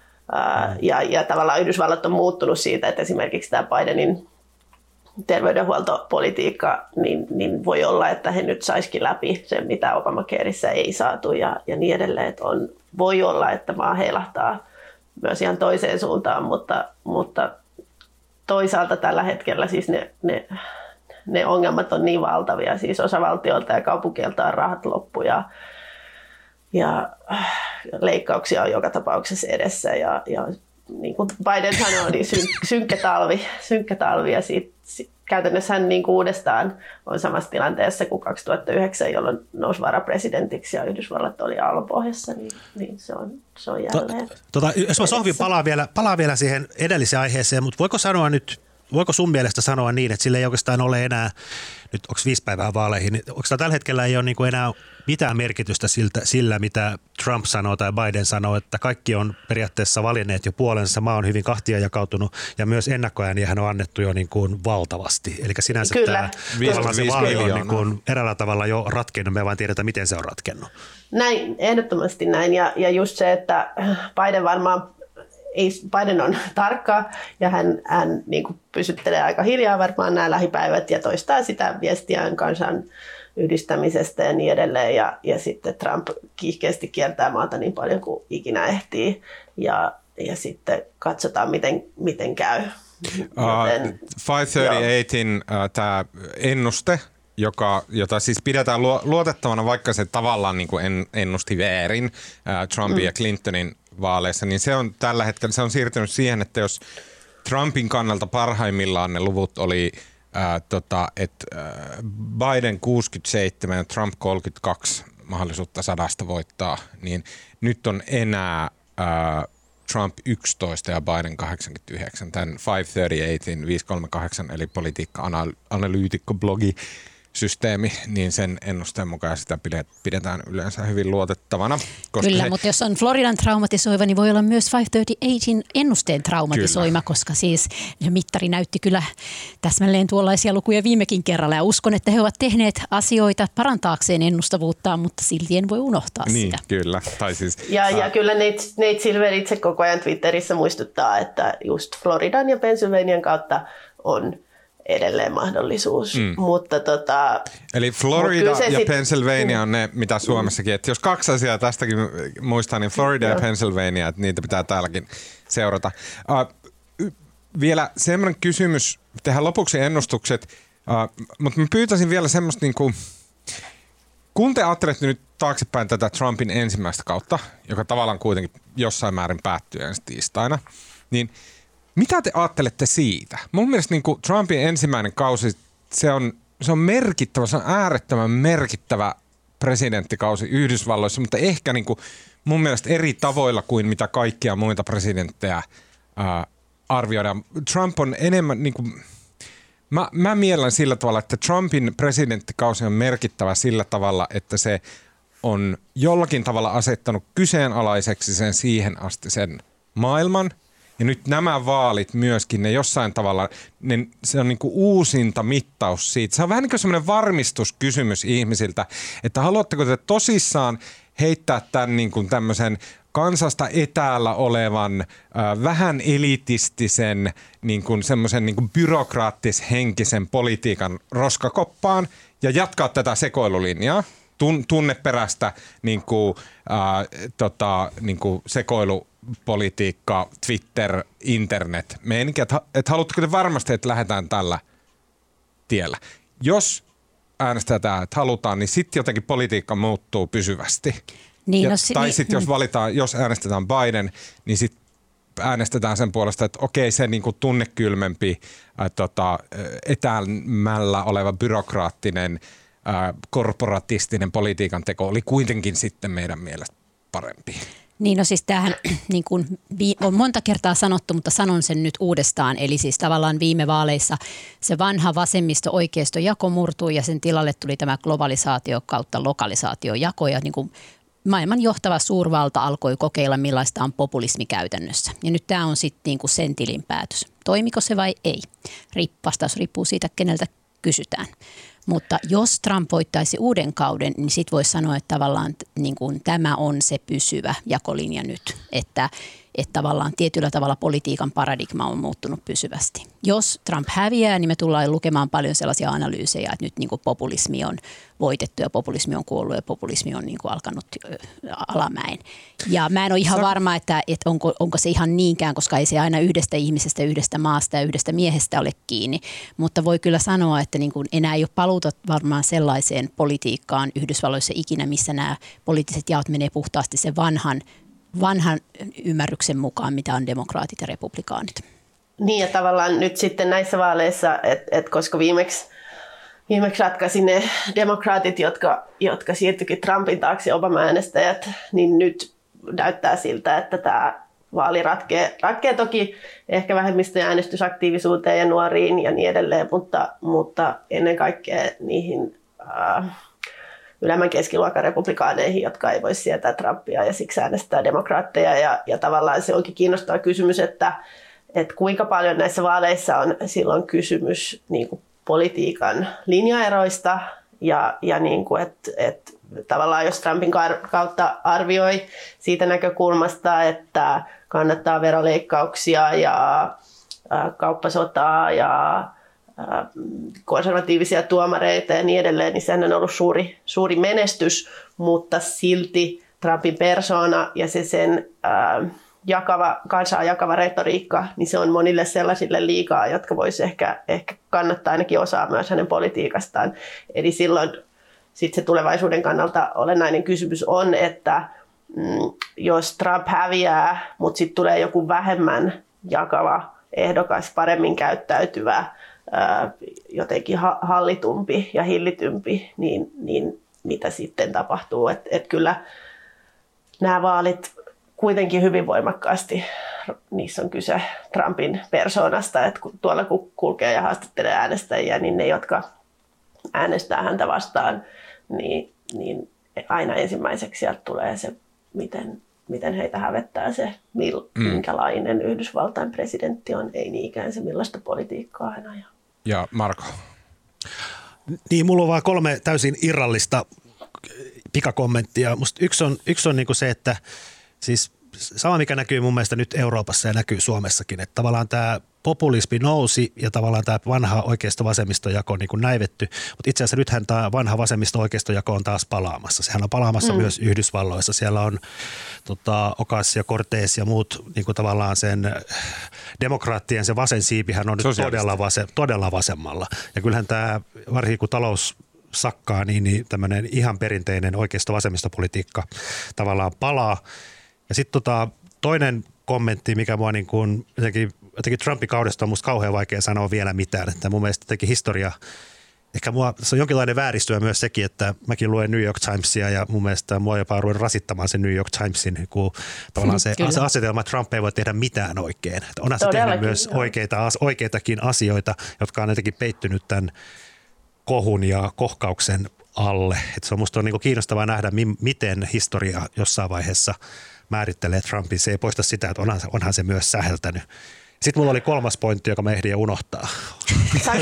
Ja tavallaan Yhdysvallat on muuttunut siitä, että esimerkiksi tämä Bidenin terveydenhuoltopolitiikka, niin voi olla, että he nyt saisikin läpi sen, mitä Obamacareissa ei saatu ja niin edelleen. Että voi olla, että maa heilahtaa myös ihan toiseen suuntaan, mutta toisaalta tällä hetkellä siis ne ongelmat on niin valtavia, siis osavaltiolta ja kaupunkielta on rahat loppu ja leikkauksia on joka tapauksessa edessä ja niin kuin Biden sanoo, niin synkkä talvi ja käytännössä hän niin kuin uudestaan on samassa tilanteessa kuin 2009, jolloin nousi varapresidentiksi ja Yhdysvallat oli aallonpohjassa, niin se on jälleen. Jos mä Sohvi palaa vielä siihen edelliseen aiheeseen, mutta voiko sanoa nyt voiko sun mielestä sanoa niin, että sillä ei oikeastaan ole enää, nyt onko 5 päivää vaaleihin, niin onko tällä hetkellä ei ole niin kuin enää mitään merkitystä sillä, mitä Trump sanoo tai Biden sanoo, että kaikki on periaatteessa valinneet jo puolensa, maa on hyvin kahtia jakautunut ja myös ennakkoääniähän on annettu jo niin kuin valtavasti. Eli sinänsä tämä vaali on niin kuin eräällä tavalla jo ratkennut, me vaan tiedetään, miten se on ratkennut. Näin, ehdottomasti näin ja just se, että Biden on tarkka ja hän niin kuin pysyttelee aika hiljaa varmaan nämä lähipäivät ja toistaa sitä viestiään kansan yhdistämisestä ja niin edelleen. Ja sitten Trump kiihkeästi kiertää maata niin paljon kuin ikinä ehtii ja sitten katsotaan miten käy. 538 tämä ennuste, jota siis pidetään luotettavana, vaikka se tavallaan niin kuin ennusti väärin Trumpin ja Clintonin vaaleissa, niin se on tällä hetkellä se on siirtynyt siihen, että jos Trumpin kannalta parhaimmillaan ne luvut oli, että Biden 67 ja Trump 32 mahdollisuutta 100 voittaa, niin nyt on enää Trump 11 ja Biden 89. Tämän 538, 538 eli politiikka-analyytikko-blogi systeemi, niin sen ennusteen mukaan sitä pidetään yleensä hyvin luotettavana. Kyllä, mutta jos on Floridan traumatisoiva, niin voi olla myös 538 ennusteen traumatisoima, koska siis se mittari näytti kyllä täsmälleen tuollaisia lukuja viimekin kerralla. Ja uskon, että he ovat tehneet asioita parantaakseen ennustavuuttaan, mutta silti en voi unohtaa niin, sitä. Kyllä. Tai siis, ja kyllä Nate Silver itse koko ajan Twitterissä muistuttaa, että just Floridan ja Pennsylvanian kautta on edelleen mahdollisuus. Mutta eli Florida ja Pennsylvania on ne, mitä Suomessakin. Että jos 2 asiaa tästäkin muistaa, niin Florida ja Pennsylvania, että niitä pitää täälläkin seurata. Vielä semmoinen kysymys, tehdään lopuksi ennustukset, mutta mä pyytäisin vielä semmoista, niin kuin, kun te ajattelette nyt taaksepäin tätä Trumpin ensimmäistä kautta, joka tavallaan kuitenkin jossain määrin päättyy ensi tiistaina, niin mitä te ajattelette siitä? Mun mielestä niin kuin Trumpin ensimmäinen kausi, se on merkittävä, se on äärettömän merkittävä presidenttikausi Yhdysvalloissa, mutta ehkä niin kuin mun mielestä eri tavoilla kuin mitä kaikkia muita presidenttejä arvioidaan. Trump on enemmän, niin kuin, mä miellän sillä tavalla, että Trumpin presidenttikausi on merkittävä sillä tavalla, että se on jollakin tavalla asettanut kyseenalaiseksi sen siihen asti sen maailman. Ja nyt nämä vaalit myöskin, ne jossain tavalla, se on niin kuin uusinta mittaus siitä. Se on vähän niin kuin semmoinen varmistuskysymys ihmisiltä, että haluatteko te tosissaan heittää tämän niin kuin tämmöisen kansasta etäällä olevan, vähän elitistisen, niin kuin semmoisen niin kuin byrokraattis-henkisen politiikan roskakoppaan ja jatkaa tätä sekoilulinjaa, tunneperäistä niin kuin, niin kuin sekoilupolitiikka, Twitter, internet, meininki, että haluatteko te varmasti, että lähdetään tällä tiellä. Jos äänestetään, että halutaan, niin sitten jotenkin politiikka muuttuu pysyvästi. Niin, tai sitten jos äänestetään Biden, niin sitten äänestetään sen puolesta, että okei, se niinku tunnekylmempi, etäämällä oleva byrokraattinen, korporatistinen politiikan teko oli kuitenkin sitten meidän mielestä parempi. Niin, no siis tämähän niin kuin on monta kertaa sanottu, mutta sanon sen nyt uudestaan. Eli siis tavallaan viime vaaleissa se vanha vasemmisto-oikeisto jako murtui ja sen tilalle tuli tämä globalisaatio kautta lokalisaatiojako ja niin kuin maailman johtava suurvalta alkoi kokeilla, millaista on populismi käytännössä. Ja nyt tämä on sitten niin kuin sen tilinpäätös. Toimiko se vai ei? Vastaus riippuu siitä, keneltä kysytään. Mutta jos Trump voittaisi uuden kauden, niin sitten voisi sanoa, että tavallaan niin kuin tämä on se pysyvä jakolinja nyt. Että tavallaan tietyllä tavalla politiikan paradigma on muuttunut pysyvästi. Jos Trump häviää, niin me tullaan lukemaan paljon sellaisia analyysejä, että nyt niin kuin populismi on voitettu ja populismi on kuollut ja populismi on niin kuin alkanut alamäen. Ja mä en ole ihan varma, että onko se ihan niinkään, koska ei se aina yhdestä ihmisestä, yhdestä maasta ja yhdestä miehestä ole kiinni. Mutta voi kyllä sanoa, että niin kuin enää ei ole paluuta varmaan sellaiseen politiikkaan Yhdysvalloissa ikinä, missä nämä poliittiset jaot menee puhtaasti sen vanhan ymmärryksen mukaan, mitä on demokraatit ja republikaanit. Niin ja tavallaan nyt sitten näissä vaaleissa, että koska viimeksi ratkaisi ne demokraatit, jotka siirtyikin Trumpin taakse Obama-äänestäjät, niin nyt näyttää siltä, että tämä vaali ratkee toki ehkä vähemmistöjen äänestysaktiivisuuteen ja nuoriin ja niin edelleen, mutta ennen kaikkea niihin ylemmän keskiluokan republikaaneihin, jotka ei voi sietää Trumpia ja siksi äänestää demokraatteja. Ja tavallaan se onkin kiinnostava kysymys, että kuinka paljon näissä vaaleissa on silloin kysymys niin kuin politiikan linjaeroista ja niin kuin, että tavallaan jos Trumpin kautta arvioi siitä näkökulmasta, että kannattaa veroleikkauksia ja kauppasotaa ja konservatiivisia tuomareita ja niin edelleen, niin sehän on ollut suuri menestys, mutta silti Trumpin persoona ja se sen kansaa jakava retoriikka, niin se on monille sellaisille liikaa, jotka voisi ehkä kannattaa ainakin osaa myös hänen politiikastaan. Eli silloin sitten se tulevaisuuden kannalta olennainen kysymys on, että jos Trump häviää, mutta sitten tulee joku vähemmän jakava ehdokas, paremmin käyttäytyvä, jotenkin hallitumpi ja hillitympi, niin mitä sitten tapahtuu. Et kyllä nämä vaalit kuitenkin hyvin voimakkaasti, niissä on kyse Trumpin persoonasta, että tuolla kun kulkee ja haastattelee äänestäjiä, niin ne, jotka äänestää häntä vastaan, niin aina ensimmäiseksi sieltä tulee se, miten heitä hävettää se, minkälainen Yhdysvaltain presidentti on, ei niinkään se, millaista politiikkaa hän ajaa. Ja Marko? Niin, mulla on vaan 3 täysin irrallista pikakommenttia. Musta yksi on niin kuin se, että siis sama mikä näkyy mun mielestä nyt Euroopassa ja näkyy Suomessakin, että tavallaan tämä populismi nousi ja tavallaan tämä vanha oikeisto-vasemmistojako on niin kuin näivetty, mutta itse asiassa nythän tämä vanha vasemmisto-oikeistojako on taas palaamassa. Sehän on palaamassa myös Yhdysvalloissa. Siellä on Ocasio-Cortez ja muut niin kuin tavallaan sen demokraattien se vasen siipihän on nyt todella vasemmalla. Ja kyllähän tämä, varsinkin kun talous sakkaa, niin tämmöinen ihan perinteinen oikeisto-vasemmistopolitiikka tavallaan palaa. Ja sitten toinen kommentti, mikä mua niin kuin jotenkin Trumpin kaudesta on musta kauhean vaikea sanoa vielä mitään. Että mun mielestä jotenkin historia, ehkä se on jonkinlainen vääristymä myös sekin, että mäkin luen New York Timesia ja mun mielestä mua jopa ruvennut rasittamaan se New York Timesin, kun tavallaan se asetelma, että Trump ei voi tehdä mitään oikein. Että onhan se tehnyt myös oikeitakin asioita, jotka on jotenkin peittynyt tämän kohun ja kohkauksen alle. Että se on musta niin kuin kiinnostavaa nähdä, miten historia jossain vaiheessa määrittelee Trumpin. Se ei poista sitä, että onhan se myös säheltänyt. Sitten mulla oli 3. pointti, joka mä ehdin jo unohtaa. Saanko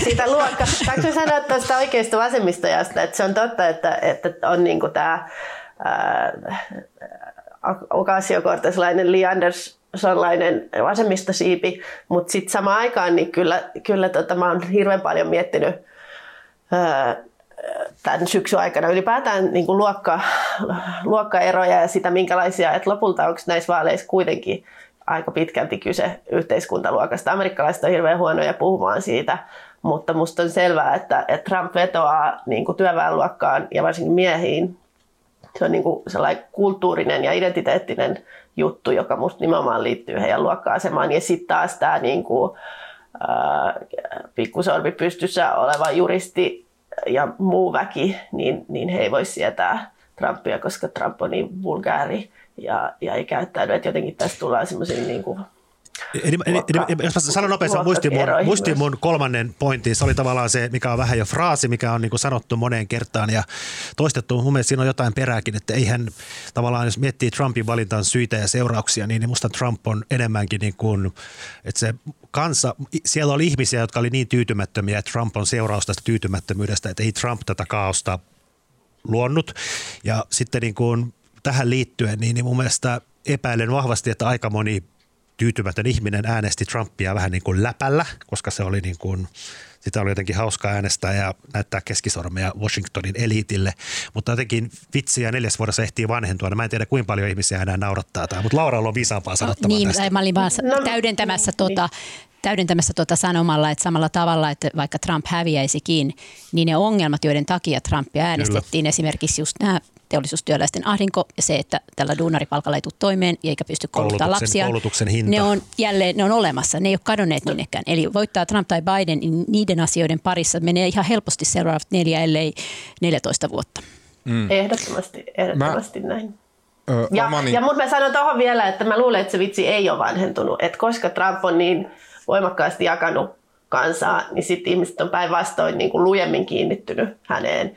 sanoa tuosta oikeasta vasemmistojasta, että se on totta, että on niinku tämä Ocasio-Cortezlainen, Lee Andersonlainen vasemmistosiipi, mutta sitten samaan aikaan niin kyllä mä oon hirveän paljon miettinyt tämän syksyn aikana ylipäätään niin kuin luokkaeroja ja sitä minkälaisia, että lopulta onko näissä vaaleissa kuitenkin aika pitkälti kyse yhteiskuntaluokasta. Amerikkalaiset on hirveän huonoja puhumaan siitä, mutta musta on selvää, että Trump vetoaa niin kuin työväenluokkaan ja varsinkin miehiin. Se on niin kuin sellainen kulttuurinen ja identiteettinen juttu, joka musta nimenomaan liittyy heidän luokka-asemaan. Ja sitten taas tämä niin kuin, pikkusormi pystyssä oleva juristi ja muu väki, niin he ei voi sietää Trumpia, koska Trump on niin vulgaari ja ei käyttäydy. Että jotenkin tässä tullaan semmoisia niin kuin jos mä sanon nopeasti, muistin mun 3. pointin. Se oli tavallaan se, mikä on vähän jo fraasi, mikä on niin kuin sanottu moneen kertaan ja toistettu. Mun mielestä siinä on jotain perääkin, että eihän tavallaan, jos miettii Trumpin valintaan syitä ja seurauksia, niin musta Trump on enemmänkin niin kuin, että se kansa, siellä oli ihmisiä, jotka oli niin tyytymättömiä, että Trump on seuraus tästä tyytymättömyydestä, että ei Trump tätä kaaosta luonnut. Ja sitten niin kuin tähän liittyen, niin mun mielestä epäilen vahvasti, että aika moni tyytymätön ihminen äänesti Trumpia vähän niin kuin läpällä, koska se oli niin kuin, sitä oli jotenkin hauska äänestää ja näyttää keskisormeja Washingtonin eliitille. Mutta jotenkin vitsiä 4 vuodessa ehtii vanhentua. Mä en tiedä, kuinka paljon ihmisiä enää naurattaa tämä, mutta Lauralla on viisaampaa sanottavaa tästä. Niin, mä olin vaan täydentämässä sanomalla, että samalla tavalla, että vaikka Trump häviäisikin, niin ne ongelmat, joiden takia Trumpia äänestettiin, esimerkiksi just nämä teollisuustyöläisten ahdinko ja se, että tällä duunaripalkalla ei tule toimeen eikä pysty kouluttamaan lapsia. Koulutuksen hinta. Ne on olemassa, ne ei ole kadonneet minnekään. Eli voittaa Trump tai Biden, niin niiden asioiden parissa menee ihan helposti seuraavat 4 ellei 14 vuotta. Ehdottomasti näin. mutta mä sanon tuohon vielä, että mä luulen, että se vitsi ei ole vanhentunut. Että koska Trump on niin voimakkaasti jakanut kansaa, niin sitten ihmiset on päinvastoin niin kuin lujemmin kiinnittynyt häneen.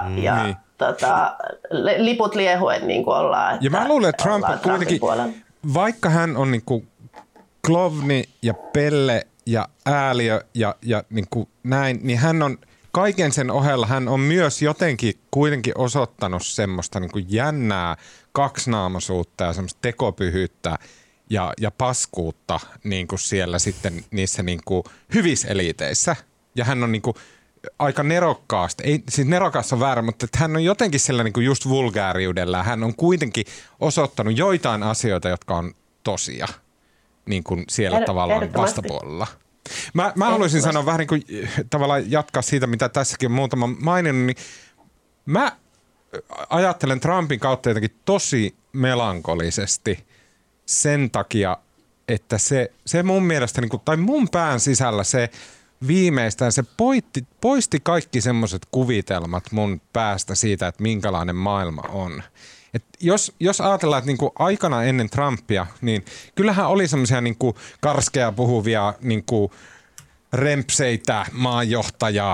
Liput liehuen niin kuin ollaan. Ja mä luulen, että Trump kuitenkin, vaikka hän on niin kuin klovni ja pelle ja ääliö ja niin kuin näin, niin hän on kaiken sen ohella, hän on myös jotenkin kuitenkin osoittanut semmoista niin kuin jännää kaksinaamaisuutta ja semmoista tekopyhyyttä ja paskuutta niin kuin siellä sitten niissä niin kuin hyvissä eliiteissä. Ja hän on niin kuin aika nerokkaasti, ei, siis nerokas on väärä, mutta että hän on jotenkin sillä niin kuin just vulgaariudella. Hän on kuitenkin osoittanut joitain asioita, jotka on tosia niin kuin siellä tavallaan vastapuolella. Mä haluaisin sanoa vähän niin kuin tavallaan jatkaa siitä, mitä tässäkin on muutama maininnut, niin mä ajattelen Trumpin kautta jotenkin tosi melankolisesti sen takia, että se mun mielestä, niin kuin, tai mun pään sisällä se viimeistään, se poisti kaikki semmoiset kuvitelmat mun päästä siitä, että minkälainen maailma on. Et jos ajatellaan, että niinku aikana ennen Trumpia, niin kyllähän oli semmoisia niinku karskeja puhuvia niinku rempseitä, maanjohtajaa,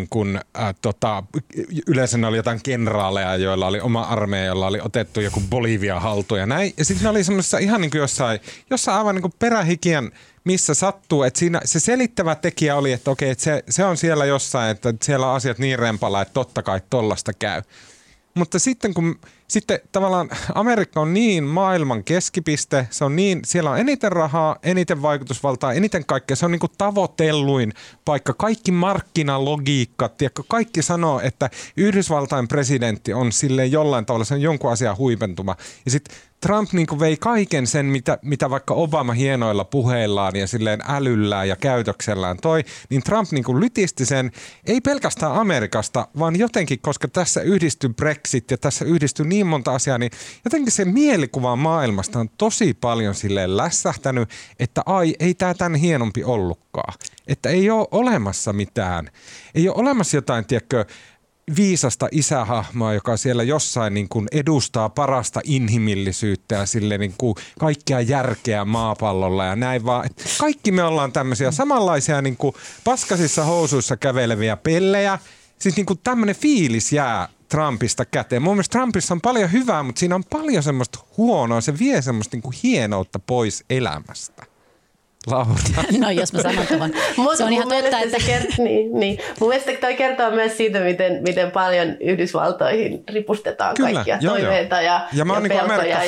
yleensä ne oli jotain kenraaleja, joilla oli oma armeija, jolla oli otettu joku Bolivia haltuun ja näin. Ja sitten ne oli semmoisessa ihan niin kuin jossain aivan niin kuin perähikiän, missä sattuu, että siinä se selittävä tekijä oli, että okei, että se on siellä jossain, että siellä on asiat niin rempalla, että totta kai tollasta käy. Mutta sitten sitten tavallaan Amerikka on niin maailman keskipiste, se on niin, siellä on eniten rahaa, eniten vaikutusvaltaa, eniten kaikkea. Se on niin kuin tavoitelluin paikka. Kaikki markkinalogiikat, ja kaikki sanoo, että Yhdysvaltain presidentti on silleen jollain tavalla, se on jonkun asian huipentuma. Ja sitten Trump niin kuin vei kaiken sen, mitä vaikka Obama hienoilla puheillaan ja silleen älyllään ja käytöksellään toi, niin Trump niin kuin lytisti sen, ei pelkästään Amerikasta, vaan jotenkin, koska tässä yhdistyy Brexit ja tässä yhdistyy niin monta asiaa, niin jotenkin se mielikuva maailmasta on tosi paljon silleen lässähtänyt, että ei tää tän hienompi ollutkaan. Että ei ole olemassa mitään. Ei ole olemassa jotain, tiedätkö, viisasta isähahmoa, joka siellä jossain niin kuin edustaa parasta inhimillisyyttä ja sille niin kuin kaikkea järkeä maapallolla ja näin vaan. Et kaikki me ollaan tämmöisiä samanlaisia niin kuin paskasissa housuissa käveleviä pellejä. Siis niin kuin tämmöinen fiilis jää Trumpista käteen. Mun mielestä Trumpissa on paljon hyvää, mutta siinä on paljon semmoista huonoa. Se vie semmoista niin kuin hienoutta pois elämästä. Laura. No jos mä sanon tuohon. Se on ihan totta, että niin. Mun mielestä toi kertoo myös siitä, miten paljon Yhdysvaltoihin ripustetaan kaikkia toiveita ja pelkoja.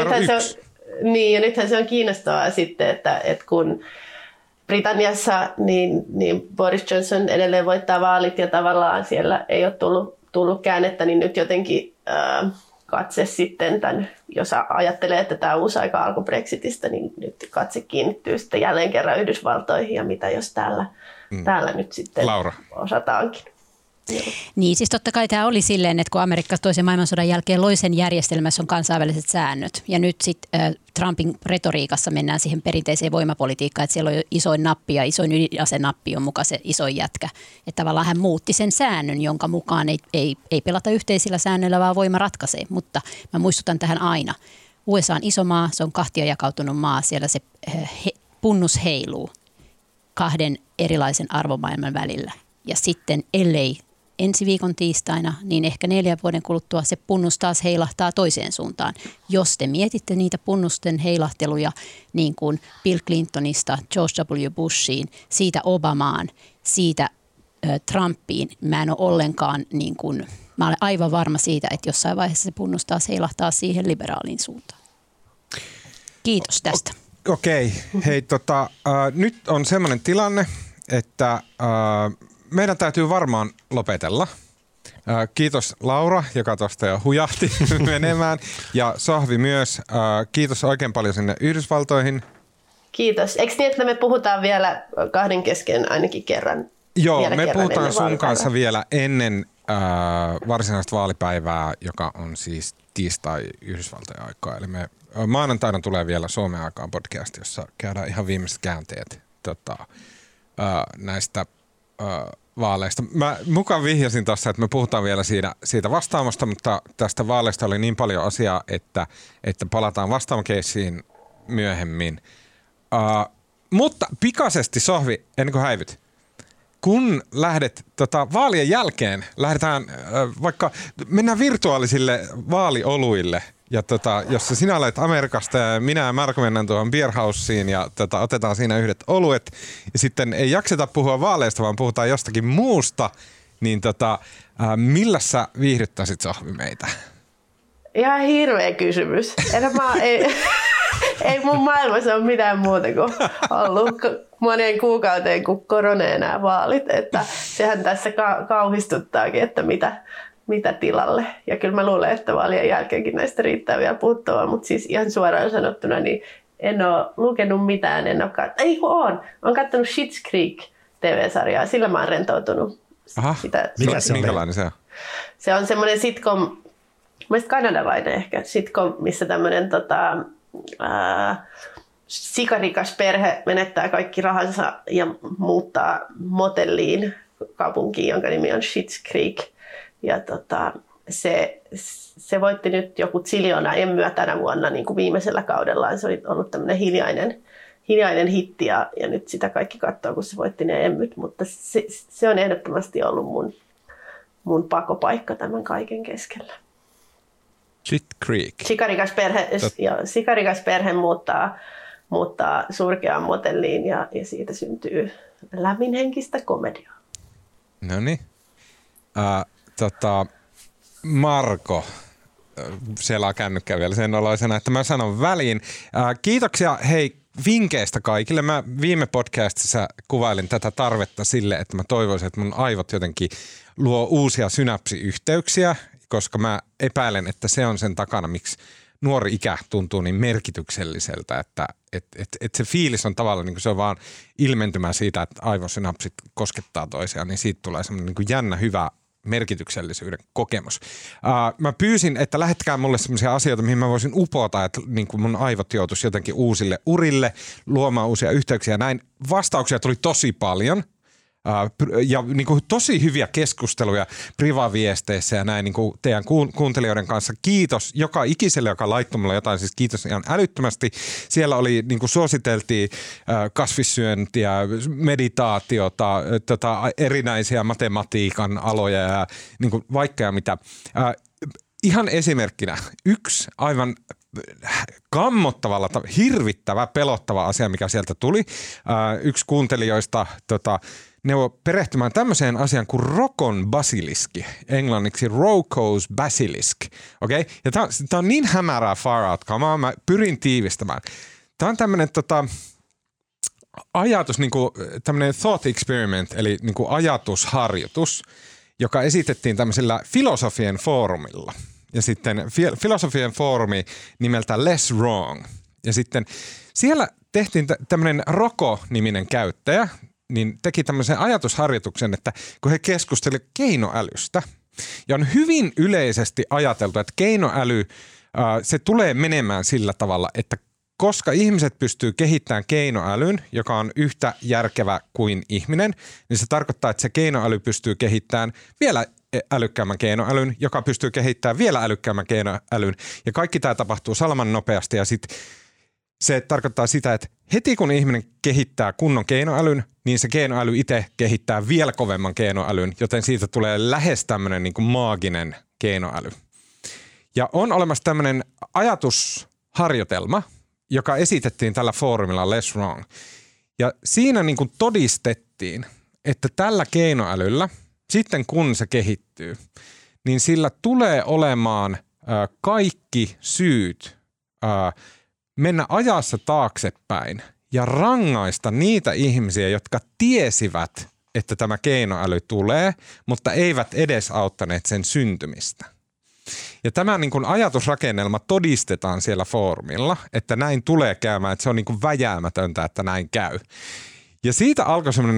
Ja nythän se on kiinnostavaa sitten, että kun Britanniassa niin Boris Johnson edelleen voittaa vaalit ja tavallaan siellä ei ole tullut käännettä, niin nyt jotenkin katse sitten jos ajattelee, että tämä uusi aika alkoi Brexitistä, niin nyt katse kiinnittyy sitten jälleen kerran Yhdysvaltoihin ja mitä jos täällä nyt sitten Laura. Osataankin. Niin, siis totta kai tämä oli silleen, että kun Amerikka toisen maailmansodan jälkeen loi sen järjestelmässä on kansainväliset säännöt. Ja nyt sitten Trumpin retoriikassa mennään siihen perinteiseen voimapolitiikkaan, että siellä on isoin nappi ja isoin ydinasenappi on mukaan se isoin jätkä. Että tavallaan hän muutti sen säännön, jonka mukaan ei pelata yhteisillä säännöillä, vaan voima ratkaisee. Mutta mä muistutan tähän aina. USA on iso maa, se on kahtia jakautunut maa, siellä se punnus heiluu kahden erilaisen arvomaailman välillä. Ja sitten ellei ensi viikon tiistaina, niin ehkä 4 vuoden kuluttua se punnus taas heilahtaa toiseen suuntaan. Jos te mietitte niitä punnusten heilahteluja niin kuin Bill Clintonista George W. Bushiin, siitä Obamaan, siitä Trumpiin, mä en ole ollenkaan mä olen aivan varma siitä, että jossain vaiheessa se punnus taas heilahtaa siihen liberaaliin suuntaan. Kiitos tästä. Okei. Hei, nyt on semmoinen tilanne, että meidän täytyy varmaan lopetella. Kiitos Laura, joka tuosta jo hujahti menemään. Ja Sohvi myös. Kiitos oikein paljon sinne Yhdysvaltoihin. Kiitos. Eikö niin, että me puhutaan vielä kahden kesken ainakin kerran? Joo, me puhutaan sun kanssa vielä ennen varsinaista vaalipäivää, joka on siis tiistai Yhdysvaltojen aikaa. Eli me maanantaina tulee vielä Suomen aikaan podcast, jossa käydään ihan viimeiset käänteet näistä vaaleista. Mä mukaan vihjasin tuossa, että me puhutaan vielä siitä vastaamosta, mutta tästä vaaleista oli niin paljon asiaa, että palataan vastaamokeissiin myöhemmin. Mutta pikaisesti Sohvi, ennen kuin häivyt. Kun lähdet vaalien jälkeen, lähdetään vaikka, mennään virtuaalisille vaalioluille, ja jossa sinä olet Amerikasta ja minä ja Marko mennään tuohon Beer Houseen ja otetaan siinä yhdet oluet, ja sitten ei jakseta puhua vaaleista, vaan puhutaan jostakin muusta, niin millä sä viihdyttäisit Sohvi meitä? Ihan hirveä kysymys. Ei mun maailmassa ole mitään muuta kuin ollut moneen kuukauteen, kun korona nämä vaalit. Että sehän tässä kauhistuttaakin, että mitä tilalle. Ja kyllä mä luulen, että vaalien jälkeenkin näistä riittää vielä puhuttavaa, mutta siis ihan suoraan sanottuna, niin en ole lukenut mitään. Olen katsonut Schitt's Creek TV-sarjaa, sillä mä oon rentoutunut. Aha, minkälainen se on? Se on semmoinen sitcom, mielestäni kanadalainen ehkä, sitcom, missä tämmöinen sikarikas perhe menettää kaikki rahansa ja muuttaa motelliin kaupunkiin, jonka nimi on Schitt's Creek. Ja se voitti nyt joku ziljoonaa Emmyä tänä vuonna niin kuin viimeisellä kaudellaan. Se oli ollut tämmöinen hiljainen hitti ja nyt sitä kaikki katsoo, kun se voitti ne Emmyt. Mutta se on ehdottomasti ollut mun pakopaikka tämän kaiken keskellä. Schitt's Creek. Sikarikas perhe muuttaa surkeaan motelliin ja siitä syntyy lämminhenkistä komediaa. No niin. Marko, siellä on kännykkää vielä sen oloisena, että mä sanon väliin. Kiitoksia vinkkeistä kaikille. Mä viime podcastissa kuvailin tätä tarvetta sille, että mä toivoisin, että mun aivot jotenkin luo uusia synapsiyhteyksiä, koska mä epäilen, että se on sen takana, miksi nuori ikä tuntuu niin merkitykselliseltä, että se fiilis on tavallaan, niin kuin se on vaan ilmentymä siitä, että aivosynapsit koskettaa toisiaan, niin siitä tulee semmoinen niin kuin jännä, hyvä merkityksellisyyden kokemus. Mä pyysin, että lähettäkää mulle semmoisia asioita, mihin mä voisin upota, että niin kuin mun aivot joutuisi jotenkin uusille urille, luomaan uusia yhteyksiä. Näin vastauksia tuli tosi paljon. Ja niin kuin tosi hyviä keskusteluja privaviesteissä ja näin niin kuin teidän kuuntelijoiden kanssa. Kiitos joka ikiselle, joka laittoi mulle jotain, siis kiitos ihan älyttömästi. Siellä oli, niin kuin suositeltiin kasvissyöntiä, meditaatiota, erinäisiä matematiikan aloja ja niin kuin vaikka ja mitä. Ihan esimerkkinä yksi aivan kammottavalla, hirvittävä, pelottava asia, mikä sieltä tuli. Yksi kuuntelijoista neuvoi perehtymään tämmöiseen asiaan kuin rokon basiliski, englanniksi Roko's basilisk. Okay? Ja tämä on niin hämärää far out-kamaa, mä pyrin tiivistämään. Tämä on tämmöinen ajatus, niinku, tämmöinen thought experiment, eli niinku ajatusharjoitus, joka esitettiin tämmöisellä filosofian foorumilla. Ja sitten filosofian foorumi nimeltä Less Wrong. Ja sitten siellä tehtiin tämmöinen Roko-niminen käyttäjä, niin teki tämmöisen ajatusharjoituksen, että kun he keskustelivat keinoälystä, ja on hyvin yleisesti ajateltu, että keinoäly, se tulee menemään sillä tavalla, että koska ihmiset pystyy kehittämään keinoälyn, joka on yhtä järkevä kuin ihminen, niin se tarkoittaa, että se keinoäly pystyy kehittämään vielä älykkäämmän keinoälyn, joka pystyy kehittämään vielä älykkäämmän keinoälyn. Ja kaikki tämä tapahtuu salaman nopeasti ja sitten se tarkoittaa sitä, että heti kun ihminen kehittää kunnon keinoälyn, niin se keinoäly itse kehittää vielä kovemman keinoälyn, joten siitä tulee lähes tämmöinen niin kuin maaginen keinoäly. Ja on olemassa tämmöinen ajatusharjoitelma, joka esitettiin tällä foorumilla Less Wrong. Ja siinä niin kuin todistettiin, että tällä keinoälyllä, sitten kun se kehittyy, niin sillä tulee olemaan kaikki syyt mennä ajassa taaksepäin ja rangaista niitä ihmisiä, jotka tiesivät, että tämä keinoäly tulee, mutta eivät edes auttaneet sen syntymistä. Ja tämä niin kuin ajatusrakennelma todistetaan siellä foorumilla, että näin tulee käymään, että se on niin kuin väjäämätöntä, että näin käy. Ja siitä alkoi semmoinen niin kuin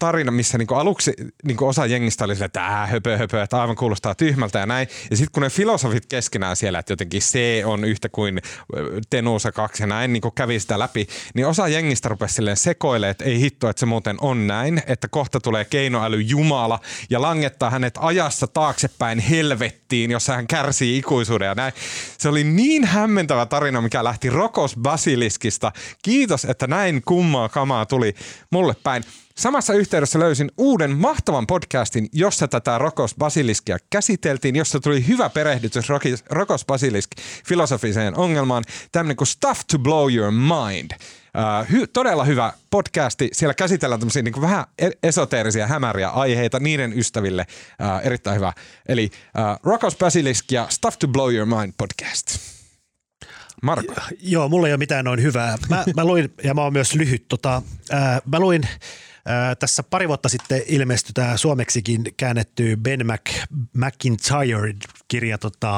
tarina, missä niinku aluksi niinku osa jengistä oli silleen, että höpö, että aivan kuulostaa tyhmältä ja näin. Ja sitten kun ne filosofit keskenään siellä, että jotenkin C on yhtä kuin Tenusa 2 ja näin, niinku kävi sitä läpi, niin osa jengistä rupesi silleen sekoilemaan, että ei hitto, että se muuten on näin, että kohta tulee keinoäly Jumala ja langettaa hänet ajassa taaksepäin helvettiin, jossa hän kärsii ikuisuuden ja näin. Se oli niin hämmentävä tarina, mikä lähti Rokos Basiliskista. Kiitos, että näin kummaa kamaa tuli mulle päin. Samassa yhteydessä löysin uuden mahtavan podcastin, jossa tätä Rokos Basiliskia käsiteltiin, jossa tuli hyvä perehdytys Rokos Basilisk filosofiseen ongelmaan, tämmöinen kuin Stuff to Blow Your Mind. Todella hyvä podcasti. Siellä käsitellään tämmöisiä niin kuin vähän esoteerisia, hämäriä aiheita niiden ystäville. Erittäin hyvä. Eli Rokos Basilisk ja Stuff to Blow Your Mind podcast. Marko. Joo, mulla ei ole mitään noin hyvää. Mä luin, ja mä oon myös lyhyt. Mä luin tässä pari vuotta sitten ilmestyi tämä suomeksikin käännetty Ben McIntyre kirja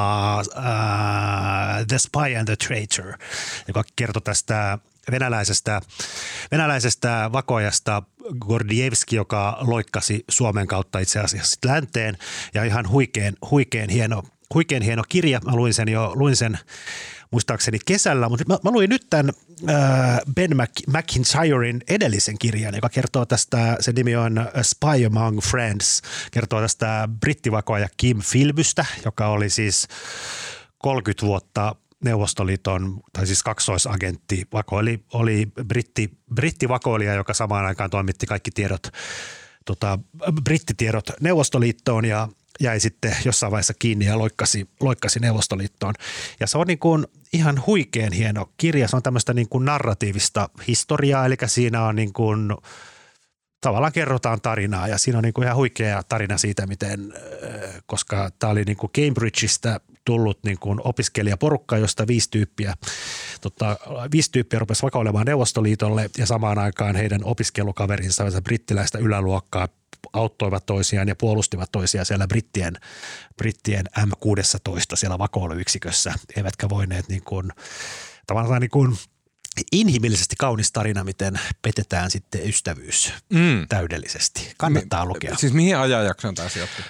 The Spy and the Traitor, joka kertoi tästä venäläisestä vakoajasta Gordievski, joka loikkasi Suomen kautta itse asiassa länteen, ja ihan huikean hieno kirja. Mä luin sen muistaakseni kesällä, mutta mä luin nyt tämän Ben McIntyren edellisen kirjan, joka kertoo tästä, sen nimi on A Spy Among Friends, kertoo tästä brittivakoaja Kim Philbystä, joka oli siis 30 vuotta Neuvostoliiton, tai siis kaksoisagentti, oli brittivakoilija, joka samaan aikaan toimitti kaikki tiedot, brittitiedot Neuvostoliittoon ja jäi sitten jossain vaiheessa kiinni ja loikkasi Neuvostoliittoon. Ja se on niin kuin ihan huikean hieno kirja. Se on tämmöistä niin kuin narratiivista historiaa, eli siinä on niin kuin, tavallaan kerrotaan tarinaa ja siinä on niin kuin ihan huikea tarina siitä, miten, koska tämä oli niin kuin Cambridgeista tullut niin kuin opiskelijaporukka, josta 5 tyyppiä rupesi vakoilemaan Neuvostoliitolle ja samaan aikaan heidän opiskelukaverinsa brittiläistä yläluokkaa auttoivat toisiaan ja puolustivat toisiaan siellä brittien M16 siellä vakoiluyksikössä, eivätkä voineet niin kuin, tavallaan niin kuin inhimillisesti kaunis tarina, miten petetään sitten ystävyys täydellisesti. Kannattaa lukea. Siis mihin ajanjaksoon tämä sijoittuu?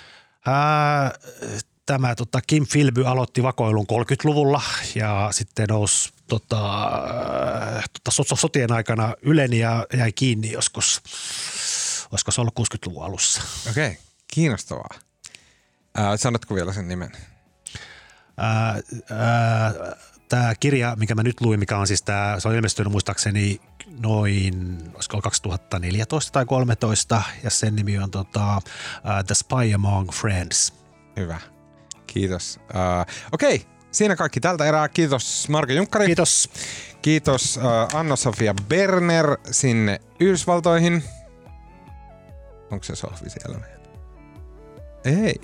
Tämä Kim Philby aloitti vakoilun 30-luvulla ja sitten nousi sotien aikana yleni ja jäi kiinni joskus. Olisiko se ollut 60-luvun alussa? Okei, kiinnostavaa. Sanotko vielä sen nimen? Tämä kirja, mikä mä nyt luin, mikä on siis se on ilmestynyt muistaakseni noin, olisiko 2014 tai 2013, ja sen nimi on The Spy Among Friends. Hyvä, kiitos. Okei, siinä kaikki tältä erää. Kiitos Marko Junkkari. Kiitos. Kiitos Anna-Sofia Berner sinne Yhdysvaltoihin. Onko se sohvi siellä? Ei.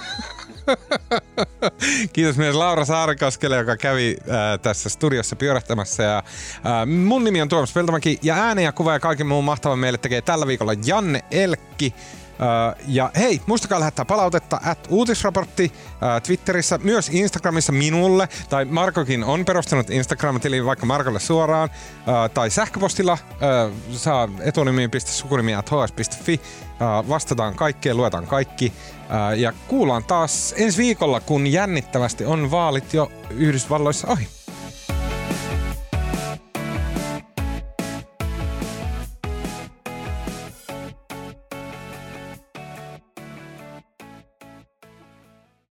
Kiitos myös Laura Saarikoskelle, joka kävi tässä studiossa pyörähtämässä. Ja, mun nimi on Tuomas Peltomäki ja äänen ja kuva ja kaiken muun mahtavan meille tekee tällä viikolla Janne Elkki. Ja hei, muistakaa lähettää palautetta @uutisraportti Twitterissä, myös Instagramissa minulle, tai Markokin on perustanut Instagram-tilin vaikka Markolle suoraan, tai sähköpostilla saa etunimi.sukunimi@hs.fi. Vastataan kaikkeen, luetaan kaikki ja kuullaan taas ensi viikolla, kun jännittävästi on vaalit jo Yhdysvalloissa ohi.